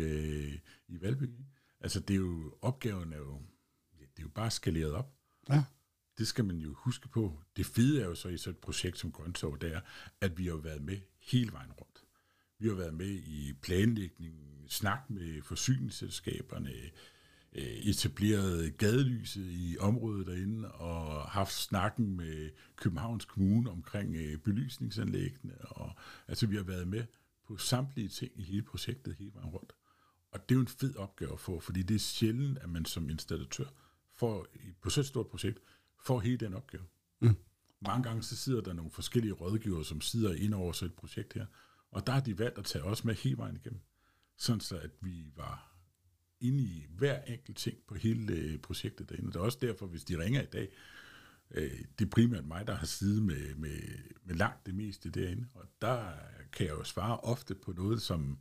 Speaker 3: i Valby. Altså, opgaven er jo bare skaleret op. Ja. Det skal man jo huske på. Det fede er jo så i sådan et projekt som Grøntorv, det er, at vi har været med hele vejen rundt. Vi har været med i planlægningen, snak med forsyningsselskaberne, etableret gadelyset i området derinde, og haft snakken med Københavns Kommune omkring belysningsanlæggene. Og, altså, vi har været med på samtlige ting i hele projektet hele vejen rundt. Og det er jo en fed opgave at få, fordi det er sjældent, at man som installatør på så et stort projekt får hele den opgave. Mm. Mange gange så sidder der nogle forskellige rådgivere, som sidder ind over så et projekt her, og der har de valgt at tage os med hele vejen igennem, sådan så at vi var inde i hver enkelt ting på hele projektet derinde. Og det er også derfor, hvis de ringer i dag, det er primært mig, der har siddet med langt det meste derinde, og der kan jeg jo svare ofte på noget, som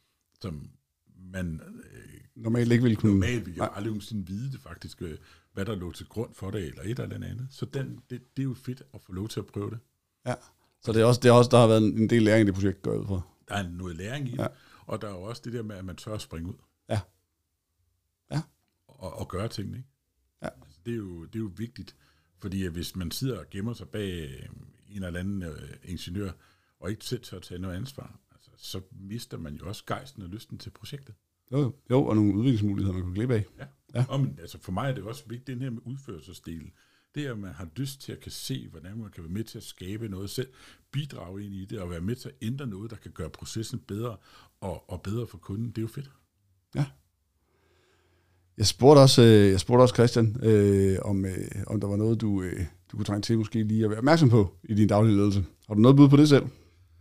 Speaker 3: man
Speaker 1: normalt ikke ville kunne.
Speaker 3: Normalt ville jeg aldrig nogensinde vide det faktisk, hvad der lå til grund for det, eller et eller andet. Så det er jo fedt at få lov til at prøve det. Ja,
Speaker 1: så det er også der har været en del læring i det projekt, går ud fra.
Speaker 3: Der er noget læring i det, og der er jo også det der med, at man tør at springe ud.
Speaker 1: Ja. Ja.
Speaker 3: Og gøre tingene, ikke? Ja. Altså, det er jo vigtigt, fordi hvis man sidder og gemmer sig bag en eller anden ingeniør, og ikke selv tør at tage noget ansvar, så mister man jo også gejsten og lysten til projektet.
Speaker 1: Jo, og nogle udviklingsmuligheder, man kan glip af.
Speaker 3: Ja. Men altså for mig er det også vigtigt, den her med udførelsesdelen. Det er, at man har lyst til at kan se, hvordan man kan være med til at skabe noget selv, bidrage ind i det, og være med til at ændre noget, der kan gøre processen bedre og bedre for kunden. Det er jo fedt. Ja.
Speaker 1: Jeg spurgte også Christian, om der var noget, du kunne trænge til måske lige at være opmærksom på i din daglige ledelse. Har du noget bud på det selv?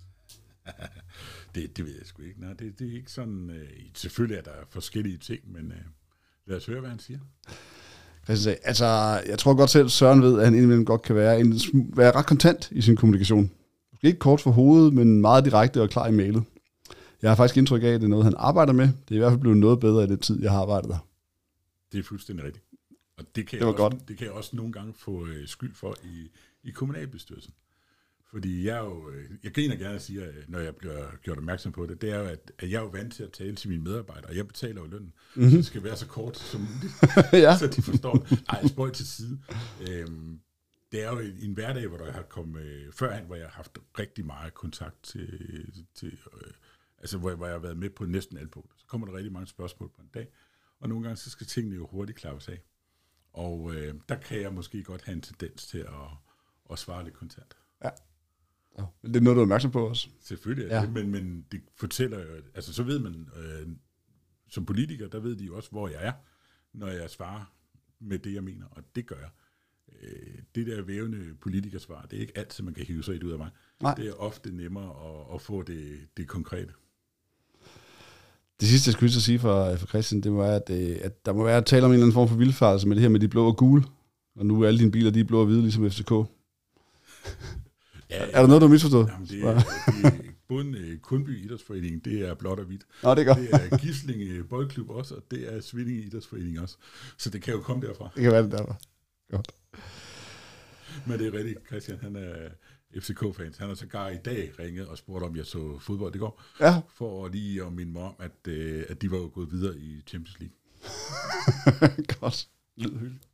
Speaker 3: Det ved jeg sgu ikke. Nej, det er ikke sådan. Selvfølgelig er der forskellige ting, men lad os høre, hvad han siger.
Speaker 1: Christian sagde, altså, jeg tror godt selv, Søren ved, at han indimellem godt kan være ret kontant i sin kommunikation. Ikke kort for hovedet, men meget direkte og klar i mailet. Jeg har faktisk indtryk af, at det er noget, han arbejder med. Det er i hvert fald blevet noget bedre i den tid, jeg har arbejdet der.
Speaker 3: Det er fuldstændig rigtigt. Og det kan jeg også nogle gange få skyld for i kommunalbestyrelsen. Fordi jeg griner gerne og siger, når jeg bliver gjort opmærksom på det, det er jo, at jeg er jo vant til at tale til mine medarbejdere, og jeg betaler jo lønnen, så det skal være så kort som muligt, så de forstår det. Ej, spøj til side. Det er jo en hverdag, hvor der har kommet førhen, hvor jeg har haft rigtig meget kontakt til altså hvor jeg har været med på næsten alt punkter. Så kommer der rigtig mange spørgsmål på en dag, og nogle gange så skal tingene jo hurtigt klappes af. Og der kan jeg måske godt have en tendens til at svare lidt kontant.
Speaker 1: Ja. Det er noget, du er opmærksom på også.
Speaker 3: Selvfølgelig er det, men det fortæller jo, altså så ved man, som politiker, der ved de jo også, hvor jeg er, når jeg svarer med det, jeg mener, og det gør jeg. Det der vævende politikersvar, det er ikke altid, man kan hive sig ud af mig. Nej. Det er ofte nemmere at få det konkrete.
Speaker 1: Det sidste, jeg skulle sige for Christian, det var, at der må være at tale om en eller anden form for vildfarelse med det her med de blå og gule, og nu er alle dine biler, de er blå og hvide, ligesom FCK. Ja, er der noget, du har misforstået?
Speaker 3: Jamen, det er både Kundby Idrætsforening, det er blåt og hvidt.
Speaker 1: Nå, det
Speaker 3: er Gislinge Boldklub også, og det er Svinninge Idrætsforening også. Så det kan jo komme derfra.
Speaker 1: Det kan være det derfra. Godt.
Speaker 3: Men det er rigtigt, Christian, han er FCK-fans. Han har sågar i dag ringet og spurgt, om jeg så fodbold i går.
Speaker 1: Ja.
Speaker 3: For lige at minde mig om, at de var jo gået videre i Champions League.
Speaker 1: Godt. Lyder hyggeligt.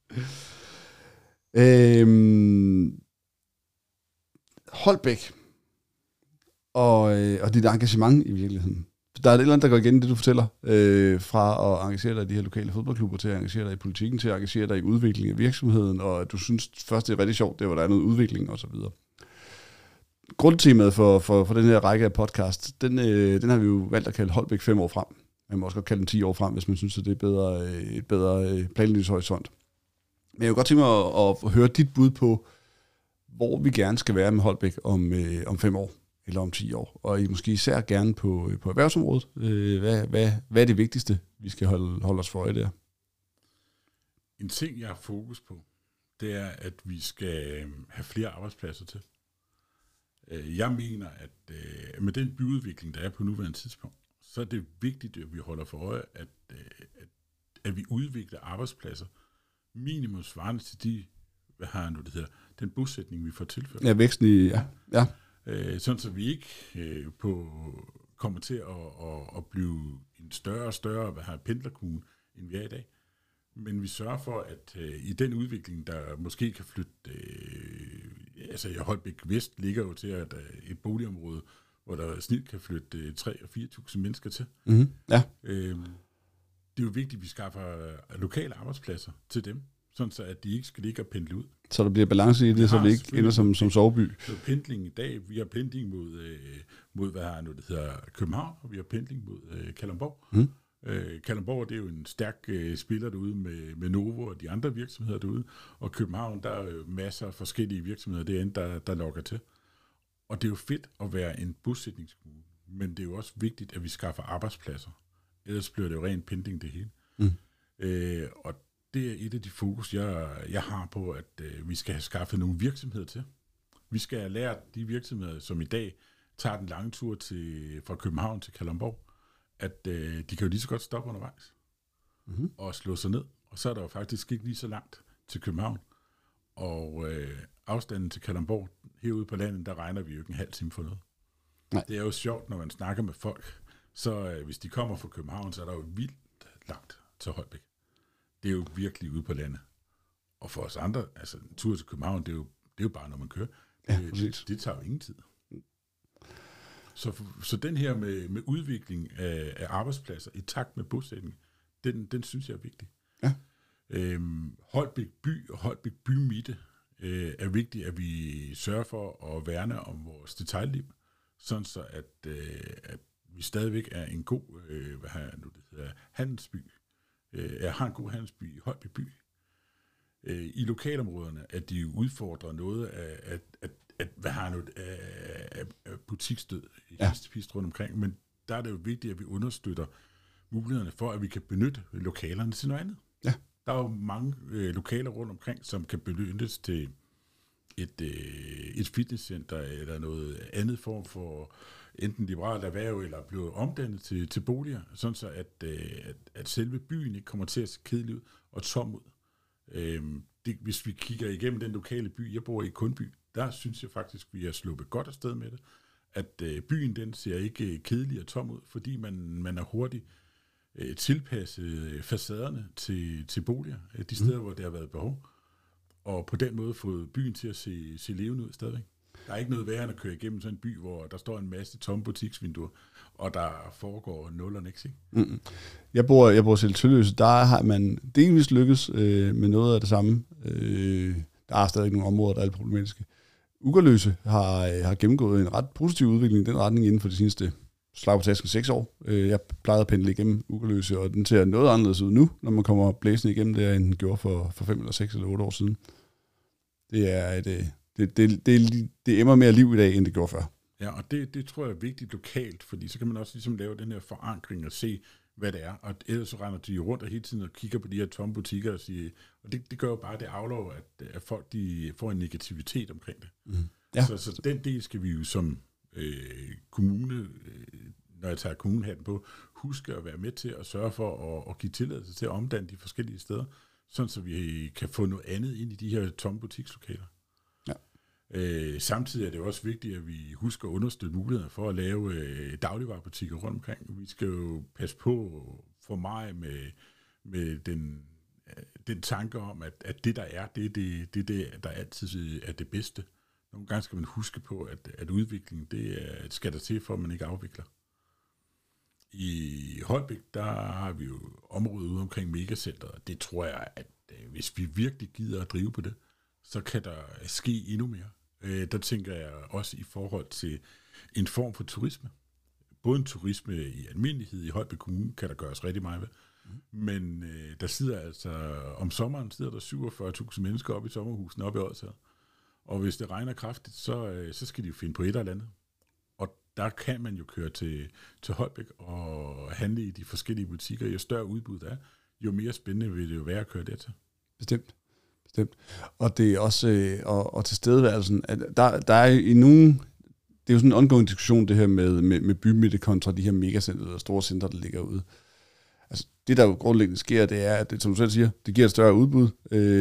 Speaker 1: Holbæk og dit engagement i virkeligheden. Der er et eller andet, der går igen i det, du fortæller, fra at engagere dig i de her lokale fodboldklubber, til at engagere dig i politikken, til at engagere dig i udvikling af virksomheden, og du synes først, det er rigtig sjovt, det hvor der er noget udvikling osv. Grundtemaet for den her række af podcast, den har vi jo valgt at kalde Holbæk 5 år frem. Man må også godt kalde den 10 år frem, hvis man synes, at det er et bedre planlægningshorisont. Men jeg vil godt tænke mig at høre dit bud på, hvor vi gerne skal være med Holbæk om 5 år, eller om 10 år, og måske især gerne på erhvervsområdet. Hvad er det vigtigste, vi skal holde os for øje der?
Speaker 3: En ting, jeg har fokus på, det er, at vi skal have flere arbejdspladser til. Jeg mener, at med den byudvikling, der er på nuværende tidspunkt, så er det vigtigt, at vi holder for øje, at vi udvikler arbejdspladser minimum svarende til den bosætning, vi får tilført.
Speaker 1: Ja, væksten i, ja.
Speaker 3: Sådan så vi ikke kommer til at blive en større og større pendlerkommune, end vi er i dag. Men vi sørger for, at i den udvikling, der måske kan flytte, altså Holbæk Vest ligger jo til at et boligområde, hvor der snit kan flytte 3.000 og 4.000 mennesker til.
Speaker 1: Mm-hmm. Ja.
Speaker 3: Det er jo vigtigt, at vi skaffer lokale arbejdspladser til dem, sådan så at de ikke skal ligge og pendle ud.
Speaker 1: Så der bliver balance i det, så vi ikke ender som soveby.
Speaker 3: Så pendling i dag, vi har pendling mod København, og vi har pendling mod Kalundborg. Mm. Kalundborg, det er jo en stærk spiller derude med Novo og de andre virksomheder derude, og København, der er masser af forskellige virksomheder derinde, der lokker til. Og det er jo fedt at være en bosætningskommune, men det er jo også vigtigt, at vi skaffer arbejdspladser. Ellers bliver det jo ren pendling det hele. Mm. Og det er et af de fokus, jeg har på, at vi skal have skaffet nogle virksomheder til. Vi skal have lært de virksomheder, som i dag tager den lange tur fra København til Kalundborg, at de kan jo lige så godt stoppe undervejs og slå sig ned. Og så er der jo faktisk ikke lige så langt til København. Og afstanden til Kalundborg herude på landet, der regner vi jo ikke en halv time for noget. Nej. Det er jo sjovt, når man snakker med folk. Så hvis de kommer fra København, så er der jo vildt langt til Holbæk. Det er jo virkelig ude på landet. Og for os andre, altså en tur til København, det er jo bare, når man kører. Det tager jo ingen tid. Så den her med udvikling af arbejdspladser i takt med bosætning, den synes jeg er vigtig. Ja. Holbæk by og Holbæk bymitte er vigtigt, at vi sørger for at værne om vores detailliv, sådan så at vi stadigvæk er en god handelsby. Jeg har en god handelsby i Holbæk by. I lokalområderne, at de udfordrer noget af butiksdød i hist rundt omkring, men der er det jo vigtigt, at vi understøtter mulighederne for, at vi kan benytte lokalerne til noget andet. Ja. Der er jo mange lokaler rundt omkring, som kan benyttes til et fitnesscenter eller noget andet form for enten liberalt erhverv eller blive omdannet til boliger, sådan så at selve byen ikke kommer til at se kedelig ud og tom ud. Hvis vi kigger igennem den lokale by, jeg bor i Kundby, der synes jeg faktisk, vi har sluppet godt afsted med det, at byen den ser ikke kedelig og tom ud, fordi man er hurtigt tilpasset facaderne til boliger, de steder, hvor der har været behov, og på den måde fået byen til at se levende ud stadigvæk. Der er ikke noget værre end at køre igennem sådan en by, hvor der står en masse tomme butiksvinduer, og der foregår nul og niks, ikke?
Speaker 1: Mm. Jeg bor selv i Tølløse, der har man delvis lykkes med noget af det samme. Der er stadig nogle områder, der er problematiske. Ugerløse har gennemgået en ret positiv udvikling i den retning inden for de seneste slag på tasken 6 år. Jeg plejede at pendle igennem Ugerløse, og den ser noget anderledes ud nu, når man kommer blæsende igennem det, end den gjorde for 5 eller 6 eller 8 år siden. Det er det emmer mere liv i dag, end det gjorde før.
Speaker 3: Ja, og det tror jeg er vigtigt lokalt, fordi så kan man også ligesom lave den her forankring og se, hvad det er. Og ellers så render de rundt og hele tiden og kigger på de her tomme butikker og siger, og det gør jo bare, det afløber, at folk de får en negativitet omkring det. Mm. Ja. Så den del skal vi jo som kommune, når jeg tager kommunehatten på, huske at være med til at sørge for at give tilladelse til at omdanne de forskellige steder, sådan så vi kan få noget andet ind i de her tomme butikslokaler. Ja. Samtidig er det også vigtigt, at vi husker at understøtte muligheder for at lave dagligvarebutikker rundt omkring. Vi skal jo passe på for mig med den tanke om, at det der er, det der altid er det bedste. Nogle gange skal man huske på, at udviklingen, skal der til, for at man ikke afvikler. I Holbæk, der har vi jo området ude omkring megacenteret, og det tror jeg, at hvis vi virkelig gider at drive på det, så kan der ske endnu mere. Der tænker jeg også i forhold til en form for turisme. Både en turisme i almindelighed i Holbæk Kommune kan der gøres rigtig meget ved, men der sidder altså, om sommeren sidder der 47.000 mennesker oppe i sommerhusene oppe i Odsherred. Og hvis det regner kraftigt, så skal de jo finde på et eller andet. Og der kan man jo køre til Holbæk og handle i de forskellige butikker. Jo større udbud der er, jo mere spændende vil det jo være at køre dertil.
Speaker 1: Bestemt. Og det er også og tilstedeværelsen, at der er i nogen, det er jo sådan en ongoing diskussion, det her med bymidte kontra de her megacenter eller store centre, der ligger ude. Altså det, der jo grundlæggende sker, det er, at det, som du selv siger, det giver et større udbud.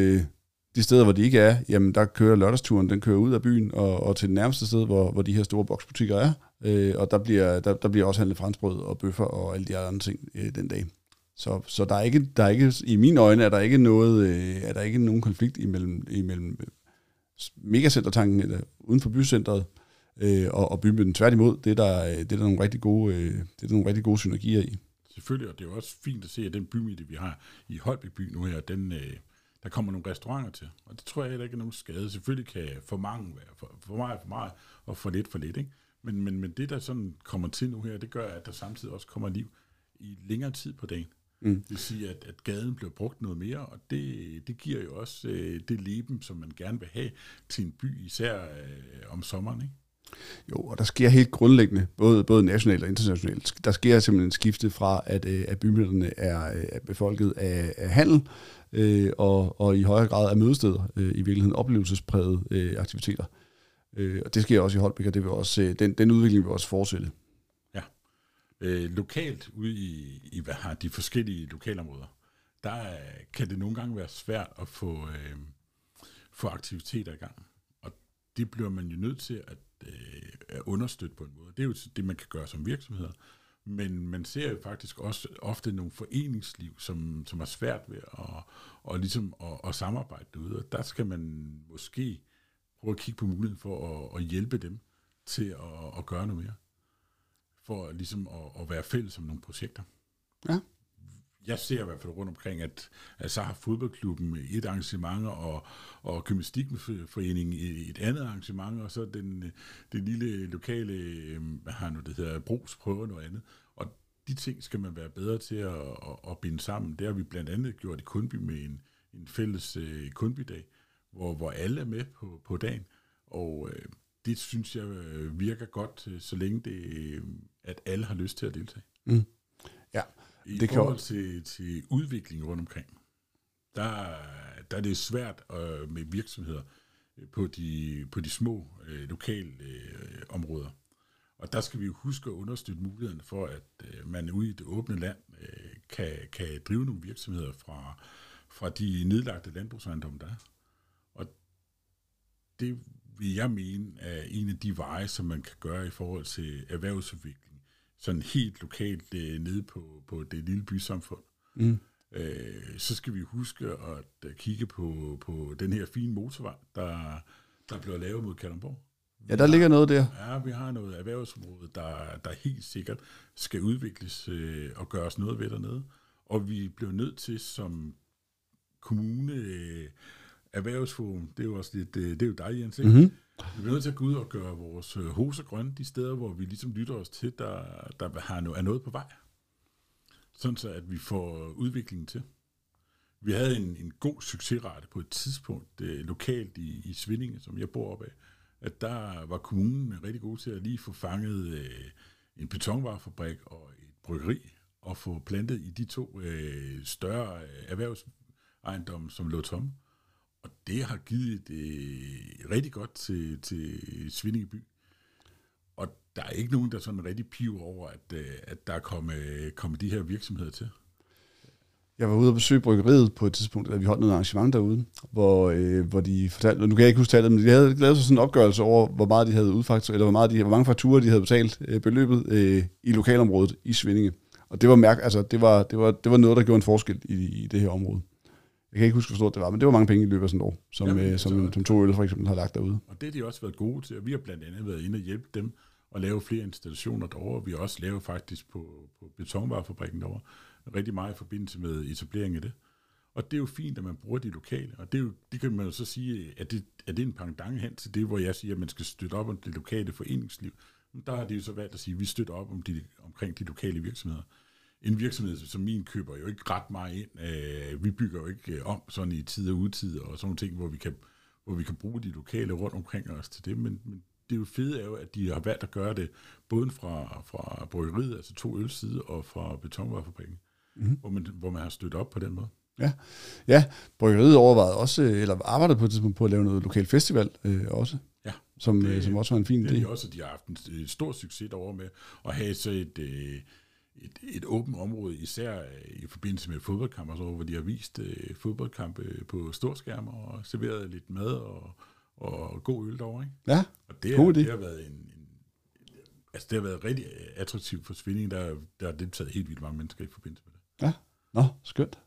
Speaker 1: De steder, hvor de ikke er, jamen der kører lørdagsturen, den kører ud af byen og til det nærmeste sted, hvor de her store boksbutikker er. Og der bliver også handlet franskbrød og bøffer og alle de andre ting den dag. Så der er ikke i mine øjne er der ikke nogen konflikt imellem megacentertanken eller uden for bycentret og bymidten. Tværtimod, det er der nogle rigtig gode synergier i.
Speaker 3: Selvfølgelig, og det er også fint at se, at den bymidte, vi har i Holbæk by nu her, der kommer nogle restauranter til, og det tror jeg heller ikke er nogen skade. Selvfølgelig kan for mange være for meget, og for lidt, ikke? Men det, der sådan kommer til nu her, det gør, at der samtidig også kommer liv i længere tid på dagen. Mm. Det vil sige, at gaden bliver brugt noget mere, og det giver jo også det leben, som man gerne vil have til en by, især om sommeren, ikke?
Speaker 1: Jo, og der sker helt grundlæggende, både nationalt og internationalt, der sker simpelthen en skifte fra, at bymidterne er befolket af handel, og i højere grad af mødesteder, i virkeligheden oplevelsesprægede aktiviteter. Og det sker også i Holbæk, og det vil også, den udvikling vil også fortsætte.
Speaker 3: Ja. Lokalt ude i hvad har de forskellige lokalområder, der kan det nogle gange være svært at få aktiviteter i gang. Og det bliver man jo nødt til at understøtte på en måde. Det er jo det, man kan gøre som virksomheder. Men man ser jo faktisk også ofte nogle foreningsliv, som er svært ved at samarbejde derude. Og der skal man måske prøve at kigge på muligheden for at hjælpe dem til at gøre noget mere. For ligesom at være fælles om nogle projekter.
Speaker 1: Ja.
Speaker 3: Jeg ser i hvert fald rundt omkring, at så har fodboldklubben et arrangement, og gymnastikforeningen et andet arrangement, og så den lille lokale, hvad har nu det hedder, Brugs prøver noget andet. Og de ting skal man være bedre til at binde sammen. Det har vi blandt andet gjort i Kundby med en fælles Kundbydag, hvor alle er med på dagen. Og det synes jeg virker godt, så længe at alle har lyst til at deltage. Mm.
Speaker 1: Ja.
Speaker 3: I forhold til udvikling rundt omkring, der er det svært med virksomheder, på de små lokale områder. Og der skal vi jo huske at understøtte muligheden for, at man ude i det åbne land kan drive nogle virksomheder fra de nedlagte landbrugsejendomme, der er. Og det vil jeg mene er en af de veje, som man kan gøre i forhold til erhvervsudvikling, sådan helt lokalt nede på det lille bysamfund. Så skal vi huske at kigge på den her fine motorvej, der bliver lavet mod Kalundborg.
Speaker 1: Ja, der ligger noget der.
Speaker 3: Ja, vi har noget erhvervsområde, der helt sikkert skal udvikles og gøres noget ved dernede. Og vi bliver nødt til som kommune erhvervsforum, det er jo også lidt, det er jo dig, Jens, ikke? Vi bliver nødt til at gå ud og gøre vores hoser grønne, de steder, hvor vi ligesom lytter os til, der er noget på vej. Sådan så, at vi får udviklingen til. Vi havde en god succesrate på et tidspunkt lokalt i Svindinge, som jeg bor op af, at der var kommunen rigtig god til at lige få fanget en betonvarefabrik og et bryggeri, og få plantet i de 2 større erhvervsejendomme, som lå tomme. Og det har givet rigtig godt til Svindinge by. Og der er ikke nogen, der sådan rigtig piver over, at der er kommet de her virksomheder til.
Speaker 1: Jeg var ude og besøge bryggeriet på et tidspunkt, da vi holdt noget arrangement derude, hvor de fortalte, nu kan jeg ikke huske tallet, men de havde lavet sådan en opgørelse over, hvor meget de havde udfaktureret, eller hvor mange fakturer de havde betalt beløbet i lokalområdet i Svindinge. Og det var det var noget, der gjorde en forskel i det her område. Jeg kan ikke huske, hvor stort det var, men det var mange penge i løbet af sådan et år, som 2 øl for eksempel har lagt derude.
Speaker 3: Og det har de også været gode til, og vi har blandt andet været inde og hjælpe dem at lave flere installationer derovre. Vi har også lavet faktisk på betonvarefabrikken derovre rigtig meget i forbindelse med etablering af det. Og det er jo fint, at man bruger de lokale, og det kan man jo så sige, at det er en pendant hen til det, hvor jeg siger, at man skal støtte op om det lokale foreningsliv. Men der har de jo så valgt at sige, at vi støtter op omkring de lokale virksomheder. En virksomhed som min køber jo ikke ret meget ind. Vi bygger jo ikke om sådan i tid og udtid og sådan nogle ting, hvor vi kan bruge de lokale rundt omkring os til det. Men det er jo fede er jo, at de har valgt at gøre det både fra bryggeriet, altså 2 ølside, og fra betonvarefabrikken, hvor man har støttet op på den måde.
Speaker 1: Ja, bryggeriet overvejede også, eller arbejdede på et tidspunkt på at lave noget lokal festival også.
Speaker 3: Ja.
Speaker 1: Som også var en fin idé.
Speaker 3: Det er også, at de har haft en stor succes derovre med at have så et åbent område, især i forbindelse med fodboldkampe, hvor de har vist fodboldkampe på storskærmer og serveret lidt mad og god øl derovre, ikke?
Speaker 1: Ja,
Speaker 3: og det har været det har været rigtig attraktivt for Svindinge, der har deltaget helt vildt mange mennesker i forbindelse med det.
Speaker 1: Ja, skønt.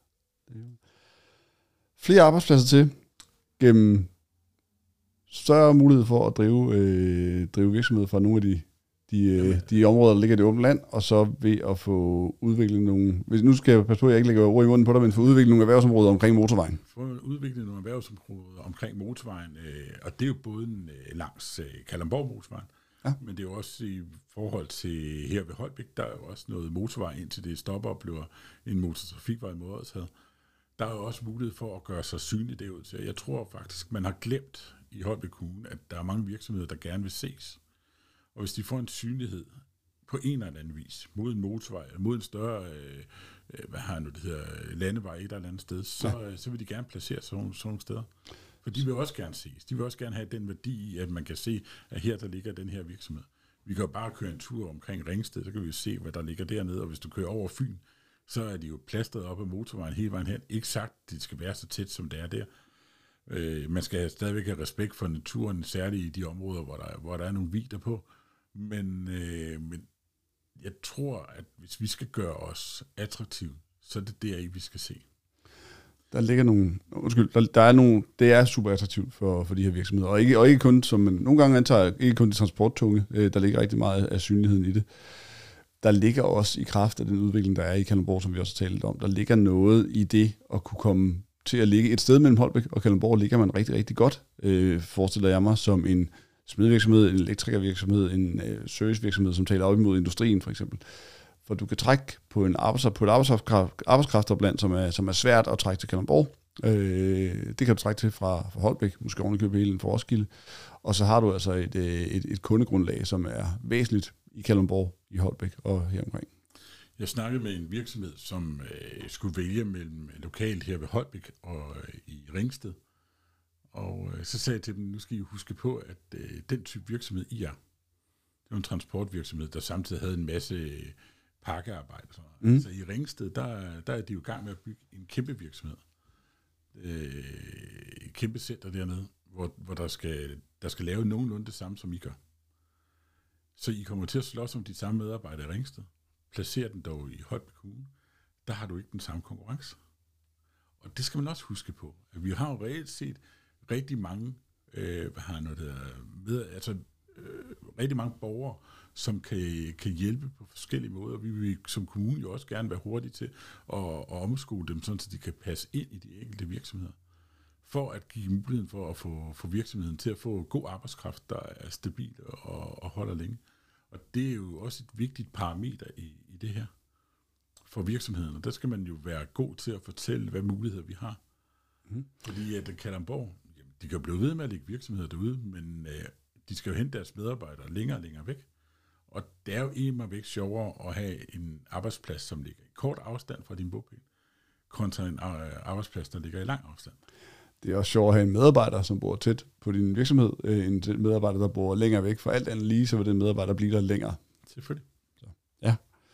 Speaker 1: Flere arbejdspladser til gennem større mulighed for at drive virksomheder fra nogle af de områder, der ligger i det åbne land, og så ved at få udviklet nogle... Nu skal jeg passe på, at jeg ikke lægger ord i munden på dig, men få udviklet nogle erhvervsområder omkring motorvejen.
Speaker 3: Få udviklet nogle erhvervsområder omkring motorvejen, og det er jo både langs Kalundborg motorvejen, men det er jo også i forhold til her ved Holbæk, der er jo også noget motorvej, indtil det stopper og bliver en motortrafikvej mod Odsherred. Der er jo også mulighed for at gøre sig synligt derud til. Jeg tror faktisk, man har glemt i Holbæk Kommune, at der er mange virksomheder, der gerne vil ses. Og hvis de får en synlighed på en eller anden vis, mod en motorvej, eller mod en større, landevej et eller andet sted, så vil de gerne placere sådan nogle steder. For de vil også gerne ses. De vil også gerne have den værdi i, at man kan se, at her der ligger den her virksomhed. Vi kan jo bare køre en tur omkring Ringsted, så kan vi jo se, hvad der ligger dernede. Og hvis du kører over Fyn, så er de jo plastret op ad motorvejen hele vejen hen. Ikke sagt, at det skal være så tæt, som det er der. Man skal stadigvæk have respekt for naturen, særligt i de områder, hvor der er nogle vidder på. Men jeg tror, at hvis vi skal gøre os attraktive, så er det der, vi skal se.
Speaker 1: Der ligger det er super attraktivt for de her virksomheder, og ikke kun, som man nogle gange antager, ikke kun de transporttunge, der ligger rigtig meget af synligheden i det. Der ligger også i kraft af den udvikling, der er i Kalundborg, som vi også har talt om, der ligger noget i det at kunne komme til at ligge et sted mellem Holbæk og Kalundborg, ligger man rigtig, rigtig godt, forestiller jeg mig, som en smedevirksomhed, en elektrikervirksomhed, en servicevirksomhed, som taler op imod industrien for eksempel. For du kan trække på et arbejdskraftopland, som er svært at trække til Kalundborg. Det kan du trække til fra Holbæk, måske ovenikøbet hele en Roskilde. Og så har du altså et kundegrundlag, som er væsentligt i Kalundborg, i Holbæk og heromkring.
Speaker 3: Jeg snakkede med en virksomhed, som skulle vælge mellem lokalt her ved Holbæk og i Ringsted. Og så sagde jeg til dem, nu skal I huske på, at den type virksomhed, I er, det var en transportvirksomhed, der samtidig havde en masse pakkearbejde. Så i Ringsted, der er de jo i gang med at bygge en kæmpe virksomhed. Et kæmpe center dernede, hvor der skal lave nogenlunde det samme, som I gør. Så I kommer til at slås om de samme medarbejdere i Ringsted. Placer den dog i Holbæk Kommune. Der har du ikke den samme konkurrence. Og det skal man også huske på. At vi har jo reelt set rigtig mange, rigtig mange borgere, som kan hjælpe på forskellige måder. Vi vil som kommune jo også gerne være hurtige til at omskole dem, sådan så de kan passe ind i de enkelte virksomheder. For at give muligheden for at få virksomheden til at få god arbejdskraft, der er stabil og holder længe. Og det er jo også et vigtigt parameter i det her for virksomheden. Og der skal man jo være god til at fortælle, hvad muligheder vi har. Fordi at Kalundborg, de kan jo blive ved med at lægge virksomheder derude, men de skal jo hente deres medarbejdere længere og længere væk. Og det er jo immer væk sjovere at have en arbejdsplads, som ligger i kort afstand fra din bopæl, kontra en arbejdsplads, der ligger i lang afstand.
Speaker 1: Det er også sjovt at have en medarbejder, som bor tæt på din virksomhed, en medarbejder, der bor længere væk fra alt andet lige, så vil den medarbejder blive der længere.
Speaker 3: Selvfølgelig.
Speaker 1: Så, ja.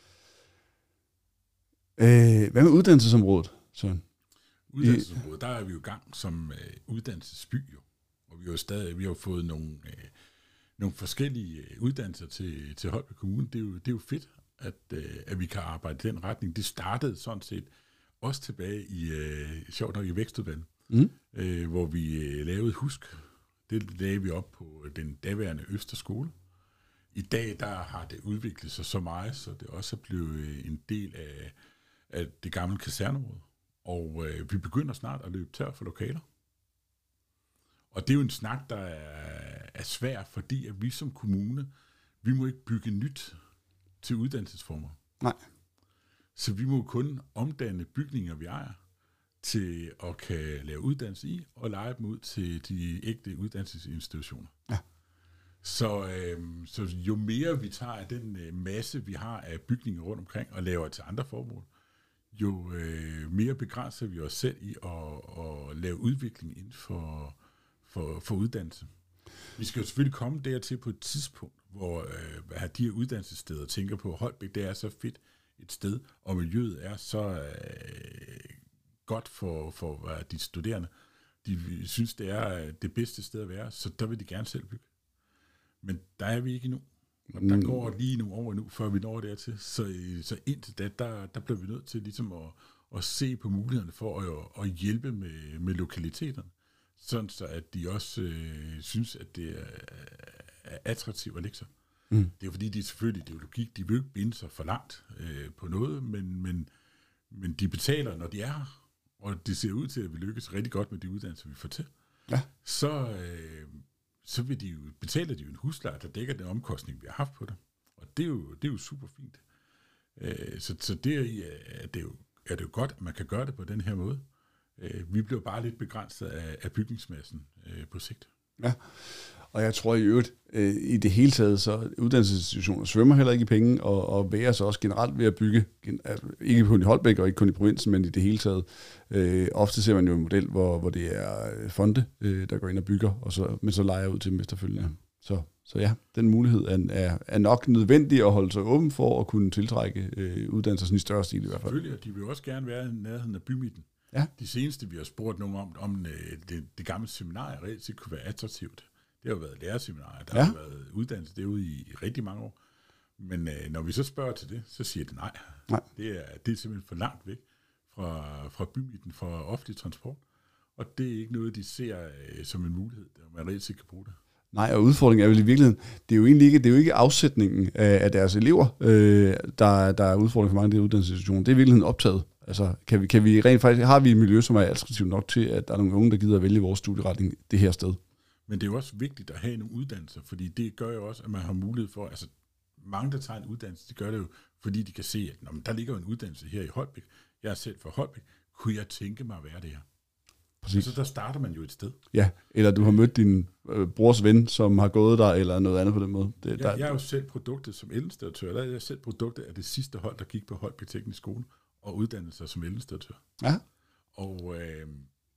Speaker 1: Hvad med uddannelsesområdet, Søren?
Speaker 3: Uddannelsesområdet, der er vi jo i gang som uddannelsesby, jo. Og vi har jo fået nogle forskellige uddannelser til Holbæk Kommune. Det er jo fedt, at vi kan arbejde i den retning. Det startede sådan set også tilbage sjovt nok i Vækstudvalget, hvor vi lavede Husk. Det lavede vi op på den daværende Østerskole. I dag der har det udviklet sig så meget, så det også er blevet en del af det gamle kaserneområde. Og vi begynder snart at løbe tør for lokaler. Og det er jo en snak, der er svær, fordi at vi som kommune, vi må ikke bygge nyt til uddannelsesformer.
Speaker 1: Nej.
Speaker 3: Så vi må kun omdanne bygninger, vi ejer, til at kan lave uddannelse i, og lege dem ud til de ægte uddannelsesinstitutioner.
Speaker 1: Ja.
Speaker 3: Så jo mere vi tager af den masse, vi har af bygninger rundt omkring, og laver til andre formål, jo mere begrænser vi os selv i at lave udvikling inden for uddannelse. Vi skal jo selvfølgelig komme dertil på et tidspunkt, hvor de her uddannelsessteder tænker på, at Holbæk, det er så fedt et sted, og miljøet er så godt for de studerende. De synes, det er det bedste sted at være, så der vil de gerne selv bygge. Men der er vi ikke endnu. Og der går lige nogle år endnu, før vi når dertil. Så indtil da, der bliver vi nødt til ligesom at se på mulighederne for at hjælpe med lokaliteterne. Sådan så at de også synes, at det er attraktivt at lægge sig. Det er jo fordi, selvfølgelig, det er jo logik, de vil ikke binde sig for langt på noget, men de betaler, når de er her, og det ser ud til, at vi lykkes rigtig godt med de uddannelser, vi får til.
Speaker 1: Ja.
Speaker 3: Så betaler de jo en husleje, der dækker den omkostning, vi har haft på det. Og det er jo super fint. Så det er det jo godt, at man kan gøre det på den her måde. Vi bliver bare lidt begrænset af bygningsmassen på sigt.
Speaker 1: Ja, og jeg tror i øvrigt, i det hele taget, så uddannelsesinstitutioner svømmer heller ikke i penge, og værer sig også generelt ved at bygge, ikke kun i Holbæk og ikke kun i provinsen, men i det hele taget. Ofte ser man jo en model, hvor det er fonde, der går ind og bygger, men så lejer ud til dem efterfølgende. Så ja, den mulighed er nok nødvendig at holde sig åben for at kunne tiltrække uddannelser sådan i større stil i hvert fald.
Speaker 3: Selvfølgelig, og de vil jo også gerne være i nærheden af bymidten.
Speaker 1: Ja.
Speaker 3: De seneste, vi har spurgt nogen om det gamle seminarie reelt set kunne være attraktivt. Det har jo været lærerseminarier, der har været uddannelse derude i rigtig mange år. Men når vi så spørger til det, så siger det nej. Det er simpelthen for langt væk fra bymidten, fra offentlig transport. Og det er ikke noget, de ser som en mulighed, der man reelt set kan bruge det. Nej,
Speaker 1: og udfordringen er vel i virkeligheden, det er jo ikke afsætningen af deres elever, der er udfordringen for mange af de uddannelsesinstitutioner. Det er i virkeligheden optaget. Altså, kan vi rent faktisk, har vi et miljø, som er attraktivt nok til, at der er nogle unge, der gider at vælge vores studieretning det her sted?
Speaker 3: Men det er jo også vigtigt at have nogle uddannelser, fordi det gør jo også, at man har mulighed for, altså mange, der tager en uddannelse, de gør det jo, fordi de kan se, at der ligger jo en uddannelse her i Holbæk. Jeg er selv fra Holbæk. Kunne jeg tænke mig at være det her?
Speaker 1: Præcis.
Speaker 3: Så der starter man jo et sted.
Speaker 1: Ja, eller du har mødt din brors ven, som har gået der, eller noget andet på den måde.
Speaker 3: Jeg er jo selv produktet som eldistributør. Jeg er selv produktet af det sidste hold, der gik på Holbæk Teknisk Skole og uddannede sig som eldistributør.
Speaker 1: Ja.
Speaker 3: Og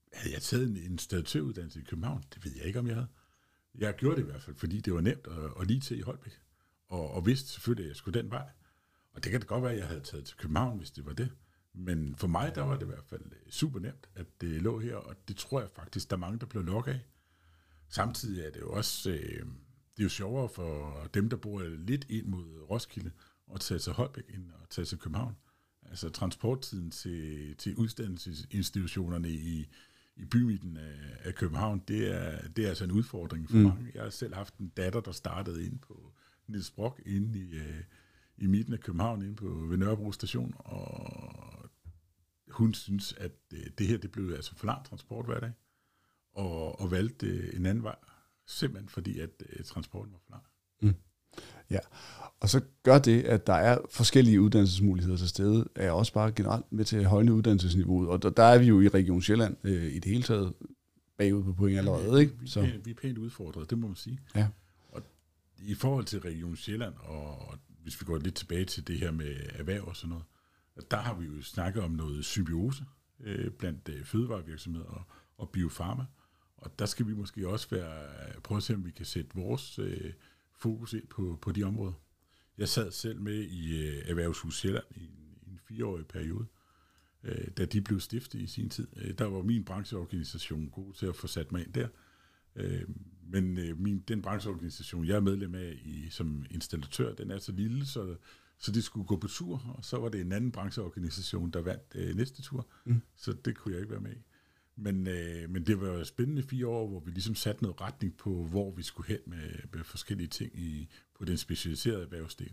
Speaker 3: havde jeg taget en installatøruddannelse i København? Det ved jeg ikke, om jeg havde. Jeg gjorde det i hvert fald, fordi det var nemt og lige til i Holbæk. Og vidste selvfølgelig, at jeg skulle den vej. Og det kan det godt være, at jeg havde taget til København, hvis det var det. Men for mig, der var det i hvert fald super nemt, at det lå her, og det tror jeg faktisk, der er mange, der blev lukket af. Samtidig er det jo også, det er jo sjovere for dem, der bor lidt ind mod Roskilde, at tage til Holbæk end at tage til København. Altså transporttiden til uddannelsesinstitutionerne i bymidten af København, det er altså en udfordring for mange. Jeg har selv haft en datter, der startede ind på Niels Brock inde i midten af København, inde ved Nørrebro station, og hun synes, at det her, det blev altså for lang transport hver dag, og valgte en anden vej, simpelthen fordi, at transporten var for lang.
Speaker 1: Mm. Ja, og så gør det, at der er forskellige uddannelsesmuligheder til stede, er også bare generelt med til at højne uddannelsesniveauet, og der er vi jo i Region Sjælland i det hele taget bagud på point allerede, ikke?
Speaker 3: Vi er pænt udfordret, det må man sige.
Speaker 1: Ja.
Speaker 3: Og i forhold til Region Sjælland, og hvis vi går lidt tilbage til det her med erhverv og sådan noget, der har vi jo snakket om noget symbiose blandt fødevarevirksomheder og biofarma, og der skal vi måske også prøve at se, om vi kan sætte vores fokus ind på de områder. Jeg sad selv med i Erhvervshus Sjælland i en 4-årig periode, da de blev stiftet i sin tid. Der var min brancheorganisation god til at få sat mig ind der. Men den brancheorganisation, jeg er medlem af som installatør, den er så lille, så det skulle gå på tur, og så var det en anden brancheorganisation, der vandt næste tur, så det kunne jeg ikke være med i. Men det var spændende 4 år, hvor vi ligesom satte noget retning på, hvor vi skulle hen med forskellige ting på den specialiserede erhvervsdel.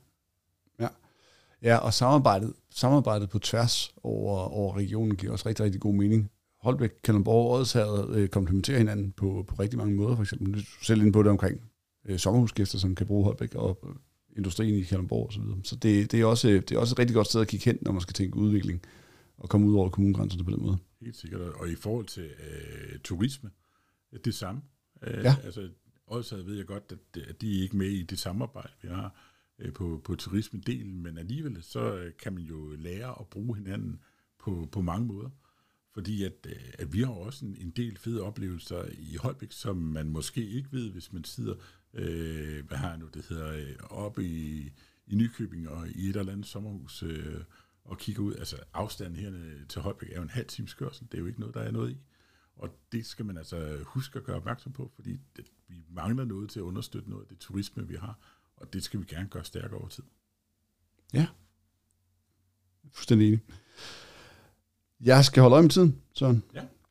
Speaker 1: Ja, og samarbejdet på tværs over regionen giver også rigtig, rigtig god mening. Holbæk, Kalundborg og Odsherred komplementerer hinanden på rigtig mange måder. For eksempel selv inde på det omkring sommerhusgæster, som kan bruge Holbæk og industrien i Kalundborg og så videre. Så det er også et rigtig godt sted at kigge hen, når man skal tænke udvikling og komme ud over kommunegrænserne på den måde.
Speaker 3: Helt sikkert. Og i forhold til turisme, det samme.
Speaker 1: Ja.
Speaker 3: Altså, Odsherred ved jeg godt, at de er ikke med i det samarbejde, vi har på turismedelen, men alligevel så kan man jo lære at bruge hinanden på mange måder. Fordi at vi har også en del fede oplevelser i Holbæk, som man måske ikke ved, hvis man sidder, oppe i Nykøbing og i et eller andet sommerhus og kigger ud. Altså afstanden her til Holbæk er jo en halv times kørsel. Det er jo ikke noget, der er noget i. Og det skal man altså huske at gøre opmærksom på, fordi vi mangler noget til at understøtte noget af det turisme, vi har. Og det skal vi gerne gøre stærkere over tid.
Speaker 1: Ja. Fuldstændig enig. Jeg skal holde øje med tiden, Søren.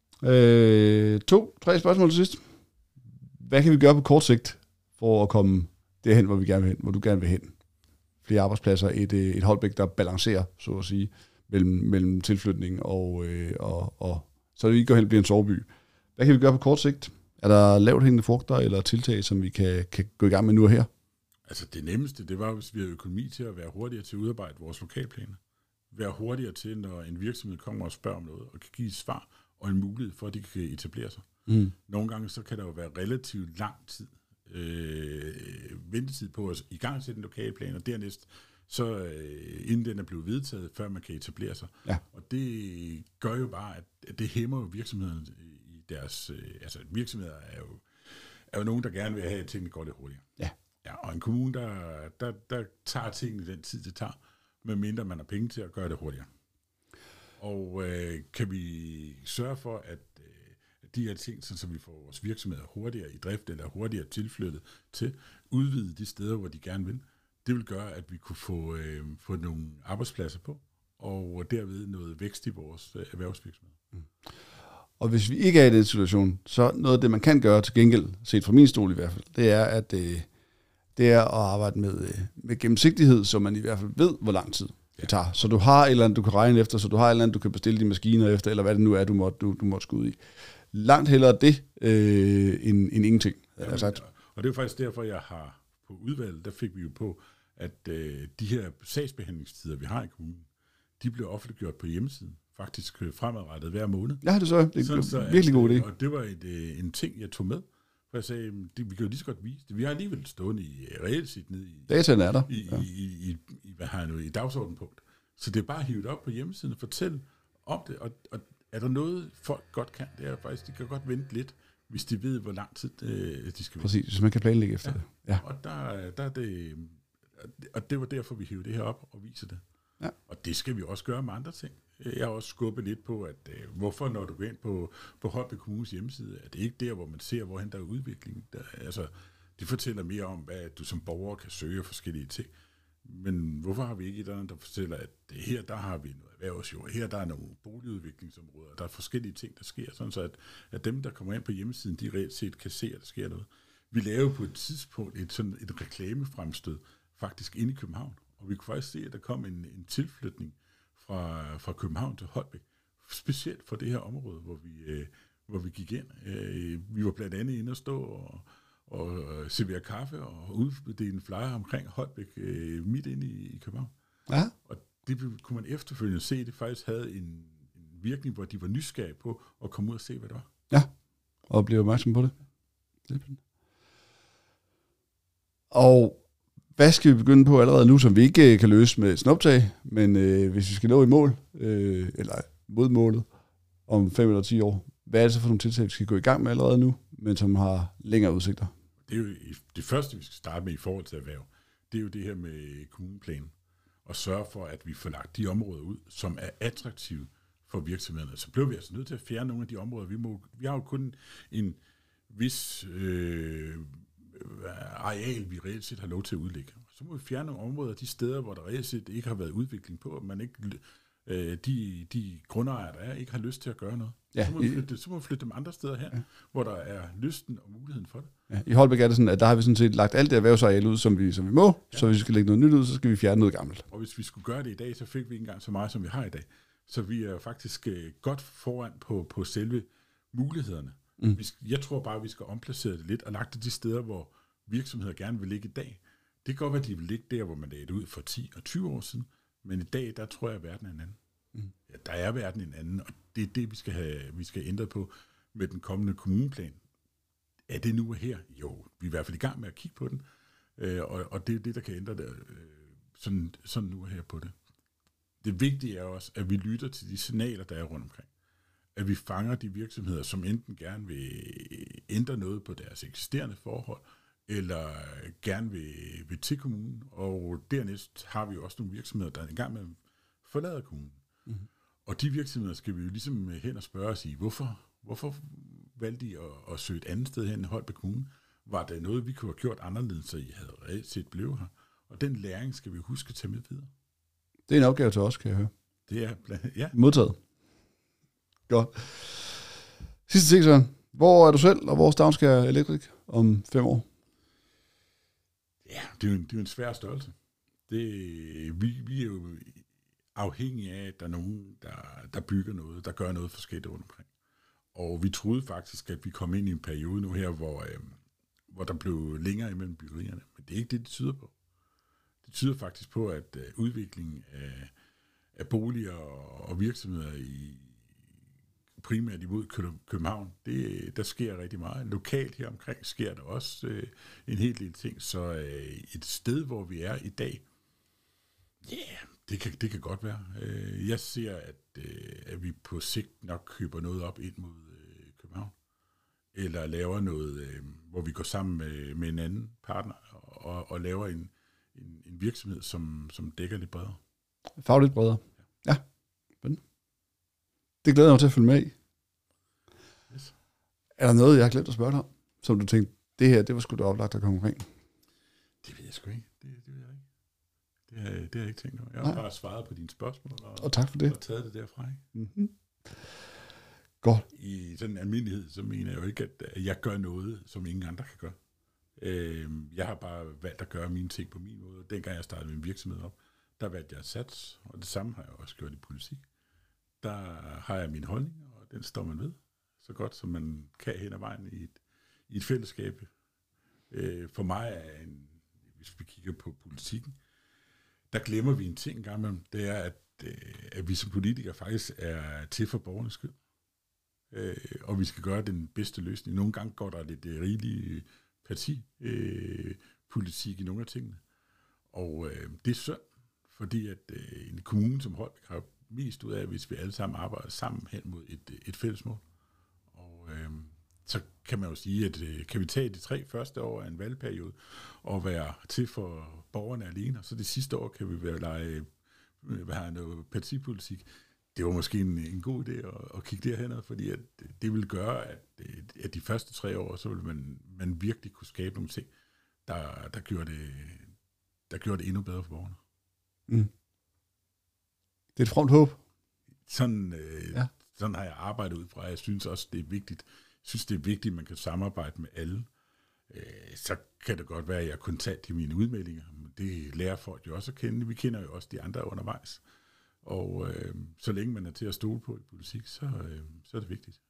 Speaker 3: Ja.
Speaker 1: 2-3 spørgsmål til sidst. Hvad kan vi gøre på kort sigt for at komme derhen, hvor vi gerne vil hen, hvor du gerne vil hen? Flere arbejdspladser, et Holbæk, der balancerer, så at sige, mellem tilflytning og så det ikke går hen og bliver en soveby. Hvad kan vi gøre på kort sigt? Er der lavt hængende frugter eller tiltag, som vi kan gå i gang med nu og her?
Speaker 3: Altså det nemmeste, det var, hvis vi havde økonomi til at være hurtigere til at udarbejde vores lokalplaner. Være hurtigere til, når en virksomhed kommer og spørger om noget, og kan give et svar og en mulighed for, at de kan etablere sig. Nogle gange så kan der jo være relativt lang tid, ventetid på at i gang sætte en lokalplan, og dernæst så inden den er blevet vedtaget, før man kan etablere sig. Ja. Og det gør jo bare, at det hæmmer jo virksomhederne i deres... altså virksomheder er jo nogen, der gerne vil have, at tingene går lidt hurtigere. Ja. Ja, og en kommune, der tager tingene den tid, det tager, medmindre man har penge til at gøre det hurtigere. Og kan vi sørge for, at de her ting, så vi får vores virksomheder hurtigere i drift, eller hurtigere tilflyttet til, udvide de steder, hvor de gerne vil, det vil gøre, at vi kunne få nogle arbejdspladser på, og derved noget vækst i vores erhvervsvirksomhed.
Speaker 1: Og hvis vi ikke er i den situation, så noget af det, man kan gøre til gengæld, set fra min stol i hvert fald, det er at arbejde med gennemsigtighed, så man i hvert fald ved, hvor lang tid det tager. Så du har et eller andet, du kan regne efter, så du har et eller andet, du kan bestille de maskiner efter, eller hvad det nu er, du måtte skulle ud i. Langt hellere det, end ingenting.
Speaker 3: Ja, og det er jo faktisk derfor, jeg har på udvalget, der fik vi jo på, at de her sagsbehandlingstider, vi har i kommunen, de bliver offentliggjort på hjemmesiden, faktisk fremadrettet hver måned.
Speaker 1: Ja, det er en virkelig god idé.
Speaker 3: Og det var en ting, jeg tog med, for jeg sagde, vi kan jo lige så godt vise det. Vi har alligevel stående reelt set nede i...
Speaker 1: Dataen er der.
Speaker 3: I dagsordenpunkt. Så det er bare hivet op på hjemmesiden og fortælle om det, og er der noget, folk godt kan, det er faktisk, de kan godt vente lidt, hvis de ved, hvor lang tid de skal vente.
Speaker 1: Præcis, så man kan planlægge efter det. Ja.
Speaker 3: Og der er det, og det var derfor, vi hævde det her op og viser det.
Speaker 1: Ja. Og
Speaker 3: det skal vi også gøre med andre ting. Jeg har også skubbet lidt på, at hvorfor når du går ind på Holbæk Kommunes hjemmeside, er det ikke der, hvor man ser, hvorhen der er udvikling. De fortæller mere om, hvad du som borger kan søge forskellige ting. Men hvorfor har vi ikke et andet, der fortæller, at her der har vi noget erhvervsjord, her der er nogle boligudviklingsområder, der er forskellige ting, der sker, sådan så at dem, der kommer ind på hjemmesiden, de reelt set kan se, at der sker noget. Vi lavede på et tidspunkt et reklamefremstød, faktisk inde i København, og vi kunne faktisk se, at der kom en tilflytning fra København til Holbæk, specielt for det her område, hvor vi gik ind. Vi var blandt andet inde og stå og servere kaffe og uddele en flyer omkring Holbæk midt inde i København.
Speaker 1: Ja.
Speaker 3: Og det kunne man efterfølgende se, det faktisk havde en virkning, hvor de var nysgerrige på at komme ud og se, hvad det var.
Speaker 1: Ja, og blive opmærksom på det. Og hvad skal vi begynde på allerede nu, som vi ikke kan løse med et snuptag, men hvis vi skal nå i mål, eller mod målet om 5 eller 10 år, hvad er det så for nogle tiltag, vi skal gå i gang med allerede nu, men som har længere udsigter?
Speaker 3: Det er jo det første, vi skal starte med i forhold til erhverv. Det er jo det her med kommuneplanen. Og sørge for, at vi får lagt de områder ud, som er attraktive for virksomhederne. Så bliver vi altså nødt til at fjerne nogle af de områder. Vi har jo kun en vis areal, vi reelt set har lov til at udlægge. Så må vi fjerne nogle områder, de steder, hvor der reelt set ikke har været udvikling på, og man ikke de grundejere, der er, ikke har lyst til at gøre noget. Ja, så må vi flytte dem andre steder her, ja, hvor der er lysten og muligheden for det.
Speaker 1: Ja, i Holbæk er det sådan, at der har vi sådan set lagt alt det erhvervsareal ud, som vi må, ja. Så hvis vi skal lægge noget nyt ud, så skal vi fjerne noget gammelt.
Speaker 3: Og hvis vi skulle gøre det i dag, så fik vi ikke engang så meget, som vi har i dag. Så vi er faktisk godt foran på selve mulighederne. Jeg tror bare, at vi skal omplacere det lidt og lagt det de steder, hvor virksomheder gerne vil ligge i dag. Det kan godt være, at de vil ligge der, hvor man lagde det ud for 10 og 20 år siden, men i dag, der tror jeg, at verden er en anden. Ja, der er verden en anden, og det er det, vi skal ændre på med den kommende kommuneplan. Er det nu her? Jo, vi er i hvert fald i gang med at kigge på den, og det er det, der kan ændre det, sådan nu her på det. Det vigtige er også, at vi lytter til de signaler, der er rundt omkring. At vi fanger de virksomheder, som enten gerne vil ændre noget på deres eksisterende forhold, eller gerne vil til kommunen, og dernæst har vi også nogle virksomheder, der er i gang med at forlade kommunen. Mm-hmm. Og de virksomheder skal vi jo ligesom hen og spørge os i, hvorfor valgte I at søge et andet sted hen i Holbæk Kommune? Var det noget, vi kunne have gjort anderledes, så I havde reelt set blevet her? Og den læring skal vi huske at tage med videre.
Speaker 1: Det er en opgave til os, kan jeg høre.
Speaker 3: Det er ja.
Speaker 1: Modtaget. Godt. Sidste ting, Søren. Hvor er du selv, og hvor Stavnskær Elektrik om 5 år?
Speaker 3: Ja, det er jo en svær størrelse. Vi er jo afhængige af, at der er nogen, der bygger noget, der gør noget forskelligt rundt omkring. Og vi troede faktisk, at vi kom ind i en periode nu her, hvor der blev længere imellem byggerierne. Men det er ikke det, det tyder på. Det tyder faktisk på, at udviklingen af boliger og virksomheder primært imod København, der sker rigtig meget. Lokalt her omkring sker der også en hel del ting. Så et sted, hvor vi er i dag, det kan godt være. Jeg ser, at vi på sigt nok køber noget op ind mod København. Eller laver noget, hvor vi går sammen med en anden partner og laver en virksomhed, som dækker lidt bredere.
Speaker 1: Fagligt bredere. Ja. Det glæder jeg mig til at følge med i. Yes. Er der noget, jeg har glemt at spørge dig om, som du tænkte, det her, det var sgu da oplagt at komme omkring?
Speaker 3: Det ved jeg sgu ikke. Det ved jeg ikke. Det har jeg ikke tænkt over. Jeg har bare svaret på dine spørgsmål.
Speaker 1: Og tak for det.
Speaker 3: Og taget det derfra. Ikke?
Speaker 1: Mm-hmm. Godt.
Speaker 3: I sådan en almindelighed, så mener jeg jo ikke, at jeg gør noget, som ingen andre kan gøre. Jeg har bare valgt at gøre mine ting på min måde. Dengang jeg startede min virksomhed op, der valgte jeg sats, og det samme har jeg også gjort i politik. Der har jeg min holdning, og den står man ved, så godt som man kan hen ad vejen i et fællesskab. For mig er hvis vi kigger på politikken, der glemmer vi en ting en gang imellem, det er, at vi som politikere faktisk er til for borgernes skyld. Og vi skal gøre den bedste løsning. Nogle gange går der lidt rigelig partipolitik i nogle af tingene. Og det er synd, fordi at en kommune som Holbæk har mest ud af, hvis vi alle sammen arbejder sammen hen mod et fælles mål. Og så kan man jo sige, at kan vi tage de 3 første år af en valgperiode og være til for borgerne alene, og så det sidste år kan vi have noget partipolitik. Det var måske en god idé at kigge derhen, fordi at det vil gøre, at de første 3 år, så vil man virkelig kunne skabe nogle ting, der gjorde det endnu bedre for borgerne.
Speaker 1: Mm. Det er et fromt håb.
Speaker 3: Sådan har jeg arbejdet ud fra. Jeg synes også, det er vigtigt. Jeg synes, det er vigtigt, at man kan samarbejde med alle. Så kan det godt være, at jeg er kontant i mine udmeldinger. Men det lærer folk jo også at kende. Vi kender jo også de andre undervejs. Og så længe man er til at stole på i politik, så er det vigtigt.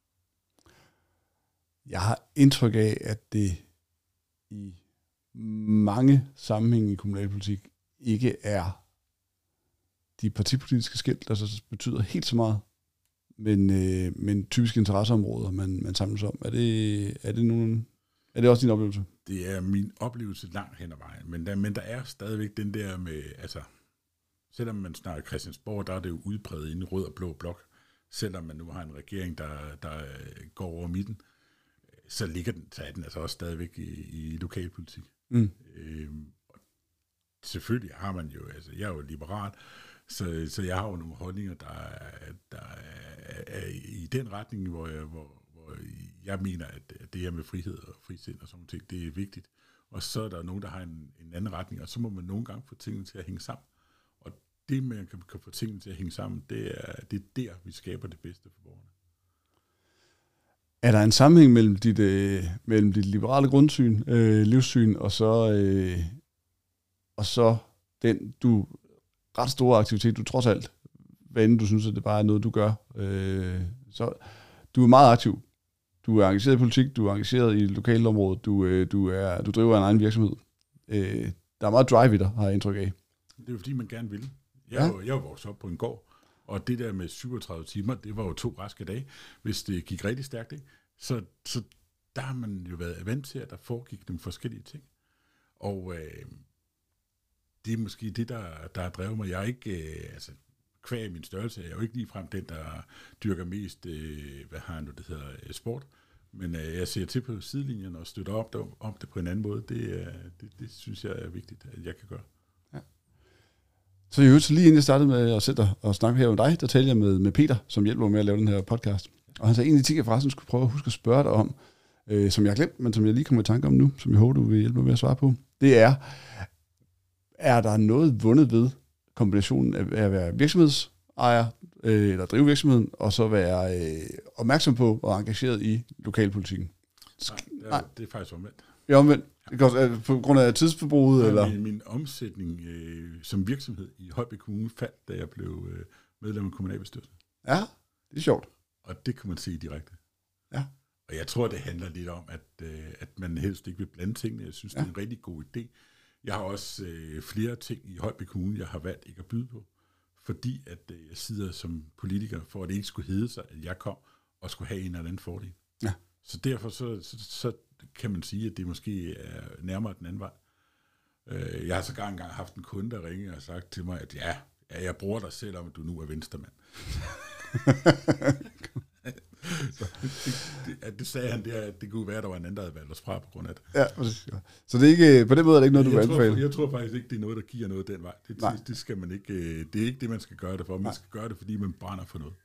Speaker 1: Jeg har indtryk af, at det i mange sammenhænge i kommunalpolitik ikke er de partipolitiske skilt, der så betyder helt så meget, men typiske interesseområder, man samles om. Er det også din oplevelse?
Speaker 3: Det er min oplevelse langt hen ad vejen, men der er stadigvæk den der med, altså, selvom man snakker Christiansborg, der er det jo udbredt i rød og blå blok, selvom man nu har en regering, der går over midten, så er den altså også stadigvæk i lokalpolitik. Mm. Selvfølgelig har man jo, altså jeg er jo liberal, så jeg har jo nogle holdninger, der er i den retning, hvor jeg mener, at det her med frihed og frisind og sådan noget, det er vigtigt. Og så er der nogen, der har en anden retning, og så må man nogle gange få tingene til at hænge sammen. Og det, man kan få tingene til at hænge sammen, det er der, vi skaber det bedste for borgerne.
Speaker 1: Er der en sammenhæng mellem dit liberale grundsyn, livssyn, og så den ret store aktivitet, du trods alt, hvad end du synes, at det bare er noget, du gør. Så du er meget aktiv. Du er engageret i politik, du er engageret i lokalområdet, du driver en egen virksomhed. Der er meget drive i dig, har jeg indtryk af.
Speaker 3: Det er jo fordi, man gerne vil. Jeg var vokset op på en gård, og det der med 37 timer, det var jo 2 raske dage, hvis det gik rigtig stærkt, ikke? Så der har man jo været vant til, at der foregik nogle forskellige ting. Og det er måske det, der har drevet mig. Jeg er ikke, kvæg min størrelse, jeg er jo ikke ligefrem den, der dyrker mest, sport. Men jeg ser til på sidelinjen og støtter op om det på en anden måde. Det synes jeg er vigtigt, at jeg kan gøre.
Speaker 1: Ja. Så lige inden jeg startede med at sætte og snakke her med dig, der talte jeg med Peter, som hjælper mig med at lave den her podcast. Og han sagde, en af de ting, jeg forresten skulle prøve at huske at spørge dig om, som jeg har glemt, men som jeg lige kommer i tanke om nu, som jeg håber, du vil hjælpe mig med at svare på, det er der noget vundet ved kombinationen af at være virksomhedsejer, eller drive virksomheden, og så være opmærksom på og engageret i lokalpolitikken?
Speaker 3: Nej, det er faktisk omvendt.
Speaker 1: Ja, omvendt. Ja. På grund af tidsforbruget? Eller?
Speaker 3: Min omsætning som virksomhed i Holbæk Kommune faldt, da jeg blev medlem af kommunalbestyrelsen.
Speaker 1: Ja, det er sjovt.
Speaker 3: Og det kan man se direkte.
Speaker 1: Ja.
Speaker 3: Og jeg tror, det handler lidt om, at man helst ikke vil blande tingene. Jeg synes, det er en rigtig god idé. Jeg har også flere ting i Holbæk Kommune, jeg har valgt ikke at byde på, fordi at jeg sidder som politiker, for at det ikke skulle hedde sig, at jeg kom og skulle have en eller anden fordel.
Speaker 1: Ja.
Speaker 3: Så derfor så kan man sige, at det måske er nærmere den anden vej. Jeg har så engang haft en kunde, der ringede og sagt til mig, at jeg bruger dig selv, om du nu er venstremand. Det sagde han der, at det kunne være, at der var en anden, der havde valgt os fra på grund af det.
Speaker 1: Ja, så det er ikke, på den måde er det ikke noget, du vil anbefale?
Speaker 3: Jeg tror faktisk ikke, det er noget, der giver noget den vej. Det skal man ikke, det er ikke det, man skal gøre det for. Man skal gøre det, fordi man brænder for noget.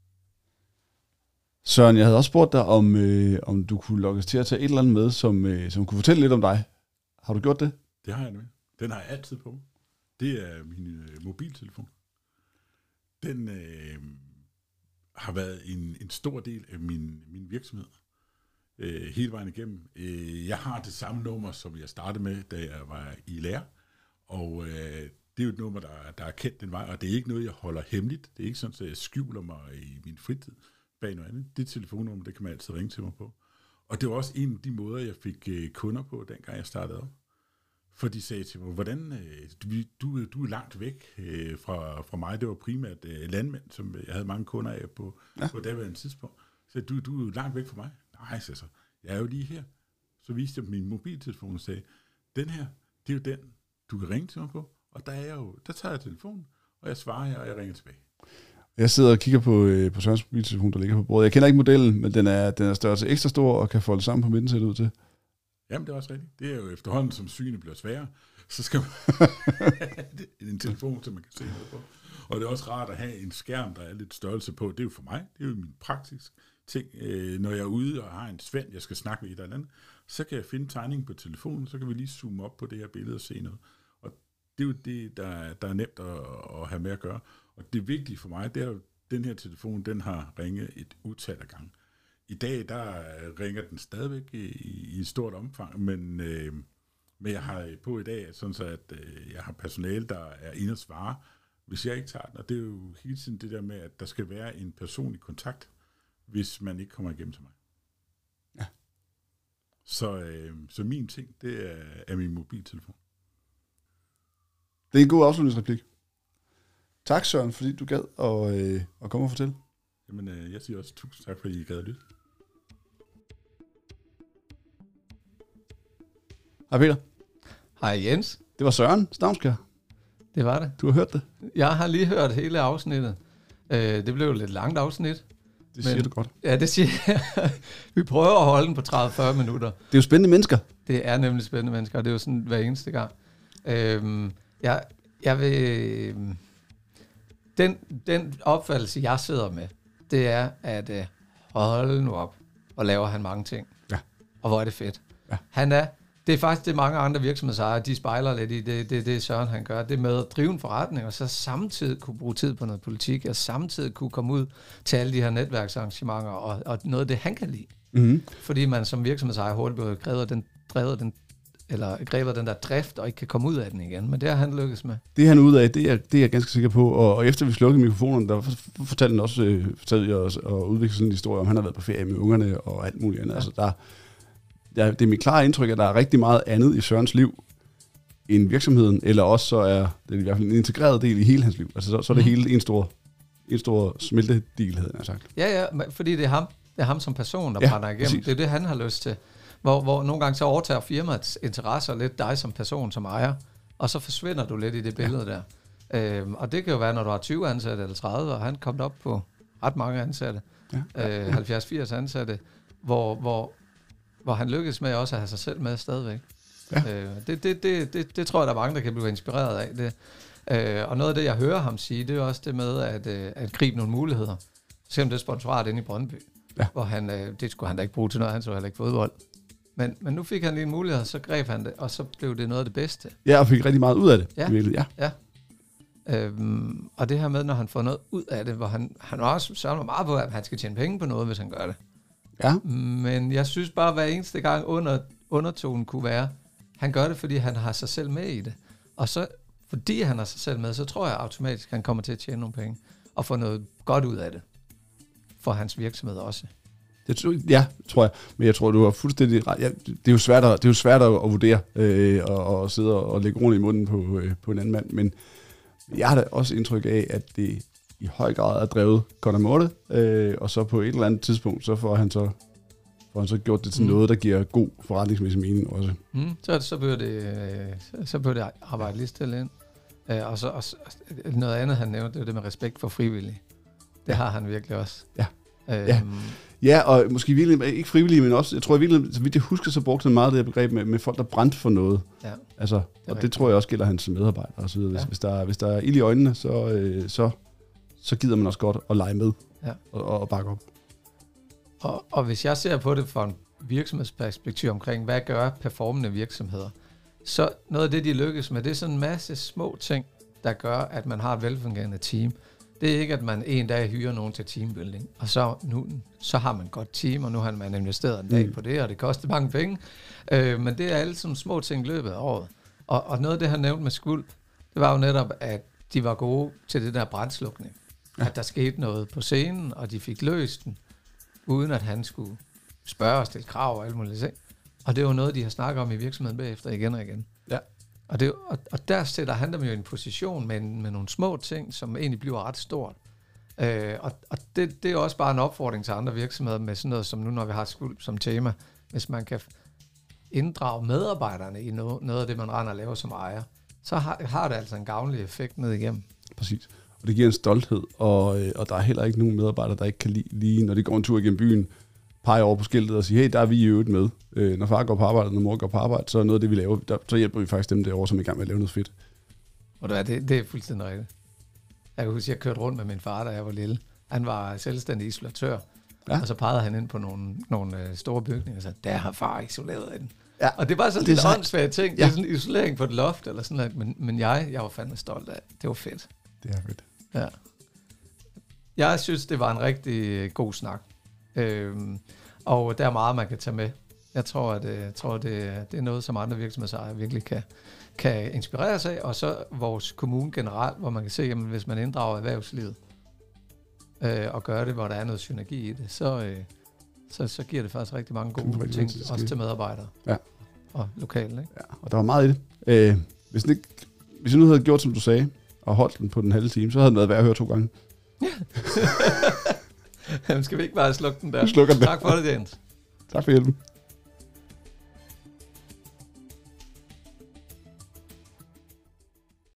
Speaker 1: Søren, jeg havde også spurgt dig, om du kunne lokkes til at tage et eller andet med, som kunne fortælle lidt om dig. Har du gjort det?
Speaker 3: Det har jeg med. Den har jeg altid på. Det er min mobiltelefon. Den har været en stor del af min virksomhed hele vejen igennem. Jeg har det samme nummer, som jeg startede med, da jeg var i lære, og det er jo et nummer, der er kendt den vej, og det er ikke noget, jeg holder hemmeligt. Det er ikke sådan, at jeg skjuler mig i min fritid bag noget andet. Det telefonnummer, det kan man altid ringe til mig på. Og det var også en af de måder, jeg fik kunder på, dengang jeg startede op. For de sagde til mig, hvordan, du er langt væk fra mig. Det var primært landmænd, som jeg havde mange kunder af på daværende tidspunkt. Så du er langt væk fra mig. Nej, sagde så. Jeg er jo lige her. Så viste jeg min mobiltelefon og sagde, den her, det er jo den, du kan ringe til mig på. Og der tager jeg telefonen, og jeg svarer her, og jeg ringer tilbage.
Speaker 1: Jeg sidder og kigger på Sørens mobiltelefon, der ligger på bordet. Jeg kender ikke modellen, men den er størrelse ekstra stor og kan folde sammen på midten, ser det ud til.
Speaker 3: Jamen, det er også rigtigt. Det er jo efterhånden, som synet bliver sværere, så skal man en telefon, som man kan se noget på. Og det er også rart at have en skærm, der er lidt størrelse på. Det er jo for mig, det er jo min praktisk ting. Når jeg er ude og har en svend, jeg skal snakke med et eller andet, så kan jeg finde tegningen på telefonen, så kan vi lige zoome op på det her billede og se noget. Og det er jo det, der er nemt at have med at gøre. Og det vigtige for mig, det er jo, den her telefon, den har ringet et utal af gange. I dag, der ringer den stadigvæk i et stort omfang, men jeg har på i dag, sådan så at jeg har personale, der er inde og svare, hvis jeg ikke tager den. Og det er jo hele tiden det der med, at der skal være en personlig kontakt, hvis man ikke kommer igennem til mig.
Speaker 1: Ja.
Speaker 3: Så min ting, det er min mobiltelefon.
Speaker 1: Det er en god afslutningsreplik. Tak, Søren, fordi du gad at komme og fortælle.
Speaker 3: Jamen, jeg siger også tusind tak, fordi I gad at lytte.
Speaker 1: Hej Peter.
Speaker 2: Hej Jens.
Speaker 1: Det var Søren Stavnskjær.
Speaker 2: Det var det.
Speaker 1: Du har hørt det?
Speaker 2: Jeg har lige hørt hele afsnittet. Det blev et lidt langt afsnit.
Speaker 1: Det siger du godt.
Speaker 2: Ja, det siger jeg. Vi prøver at holde den på 30-40 minutter.
Speaker 1: Det er jo spændende mennesker.
Speaker 2: Det er nemlig spændende mennesker, og det er jo sådan hver eneste gang. Jeg vil... Den opfattelse, jeg sidder med, det er, at hold nu op, og laver han mange ting.
Speaker 1: Ja.
Speaker 2: Og hvor er det fedt.
Speaker 1: Ja.
Speaker 2: Det er faktisk det, mange andre virksomhedsejere, de spejler lidt i. Det Søren, han gør. Det med at drive en forretning, og så samtidig kunne bruge tid på noget politik, og samtidig kunne komme ud til alle de her netværksarrangementer, og noget af det, han kan lide.
Speaker 1: Mm-hmm.
Speaker 2: Fordi man som virksomhedsejer hurtigt bliver grebet den der drift, og ikke kan komme ud af den igen. Men det har han lykkes med.
Speaker 1: Det han ud af, det er jeg ganske sikker på. Og efter vi slukkede mikrofonen, der fortalte han også og udviklede sådan en historie om, han har været på ferie med ungerne og alt muligt andet. Ja. Altså, det er mit klare indtryk, at der er rigtig meget andet i Sørens liv end virksomheden, eller også så er det i hvert fald en integreret del i hele hans liv. Altså så er det hele en stor smeltedel, havde jeg sagt.
Speaker 2: Ja, fordi det er ham. Det er ham som person, der brænder igennem. Præcis. Det er det, han har lyst til. Hvor nogle gange så overtager firmaets interesser lidt dig som person, som ejer, og så forsvinder du lidt i det billede der. Og det kan jo være, når du har 20 ansatte eller 30, og han kom op på ret mange ansatte, 70-80 ansatte, hvor han lykkes med også at have sig selv med stadigvæk. Ja. Det tror jeg, der er mange, der kan blive inspireret af. Det. Og noget af det, jeg hører ham sige, det er også det med at gribe nogle muligheder. Se om det er sponsorat inde i Brøndby, hvor det skulle han da ikke bruge til noget, han så heller ikke fodbold. Men nu fik han lige en mulighed, så greb han det, og så blev det noget af det bedste.
Speaker 1: Ja, og fik rigtig meget ud af det.
Speaker 2: Ja. Og det her med, når han får noget ud af det, hvor han også sørger meget på, at han skal tjene penge på noget, hvis han gør det.
Speaker 1: Ja.
Speaker 2: Men jeg synes bare, hver eneste gang undertonen kunne være, han gør det, fordi han har sig selv med i det. Og så, fordi han har sig selv med, så tror jeg automatisk, han kommer til at tjene nogle penge, og få noget godt ud af det. For hans virksomhed også.
Speaker 1: Ja, tror jeg. Men jeg tror, du har fuldstændig ret. Ja, det er jo svært at vurdere og sidde og lægge rundt i munden på en anden mand. Men jeg har da også indtryk af, at det i høj grad er drevet godt af måtte. Og så på et eller andet tidspunkt, så får han så gjort det til noget, der giver god forretningsmæssig mening også.
Speaker 2: Så bør det arbejde lige stille ind. Og så noget andet, han nævnte, det er det med respekt for frivillige. Det har han virkelig også.
Speaker 1: Ja. Ja, og måske virkelig ikke frivillige, men også, jeg tror virkelig, så vidt jeg husker, så brugte han meget det her begreb med folk, der brændte for noget. Ja. Altså, og det tror jeg også gælder hans medarbejdere og så videre. Ja. Hvis der er ild i øjnene, så gider man også godt at lege med og bakke op.
Speaker 2: Og hvis jeg ser på det fra en virksomhedsperspektiv omkring, hvad gør performende virksomheder, så noget af det, de lykkes med, det er sådan en masse små ting, der gør, at man har et velfungerende team. Det er ikke, at man en dag hyrer nogen til teambuilding, og så har man et godt team, og nu har man investeret en dag på det, og det koster mange penge. Men det er alle sådan små ting løbet af året. Og noget af det, han nævnte med Skuld, det var jo netop, at de var gode til det der brandslukning. Ja. At der skete noget på scenen, og de fik løst den, uden at han skulle spørge og stille krav og alt muligt ting. Og det var noget, de har snakket om i virksomheden bagefter igen og igen. Ja. Og der sætter han dem jo i en position med nogle små ting, som egentlig bliver ret stort. Og det er også bare en opfordring til andre virksomheder med sådan noget, som nu, når vi har Skuld som tema, hvis man kan inddrage medarbejderne i noget af det, man render og laver som ejer, så har det altså en gavnlig effekt ned igennem.
Speaker 1: Præcis. Og det giver en stolthed, og der er heller ikke nogen medarbejdere, der ikke kan lige, når de går en tur igennem byen, pege over på skiltet og sige, hey, der er vi i øvrigt med. Når far går på arbejde, når mor går på arbejde, så er noget af det, vi laver, så hjælper vi faktisk dem derovre, som er i gang med at lave noget fedt.
Speaker 2: Og det er fuldstændig rigtigt. Jeg kan huske, at jeg kørte rundt med min far, da jeg var lille. Han var selvstændig isolatør, og så pegede han ind på nogle store bygninger og sagde, der har far isoleret den. Ja. Og det var sådan en åndssvagt ting. Det er sådan en isolering på et loft, eller sådan noget. Men jeg var fandme stolt af. Det var fedt.
Speaker 1: Det er fedt.
Speaker 2: Ja. Jeg synes, det var en rigtig god snak. Og der er meget, man kan tage med. Jeg tror, at det er noget, som andre virksomhedsejere virkelig kan inspirere sig af. Og så vores kommune generelt, hvor man kan se, at hvis man inddrager erhvervslivet og gør det, hvor der er noget synergi i det, så giver det faktisk rigtig mange gode ting, også til medarbejdere og lokale. Ikke?
Speaker 1: Ja, og der var meget i det. Hvis jeg nu havde gjort, som du sagde, og holdt den på den halve time, så havde den været værd at høre 2 gange.
Speaker 2: Ja. Jamen, skal vi ikke bare slukke den der?
Speaker 1: Vi slukker den.
Speaker 2: Tak for det, Jens.
Speaker 1: Tak for hjælpen.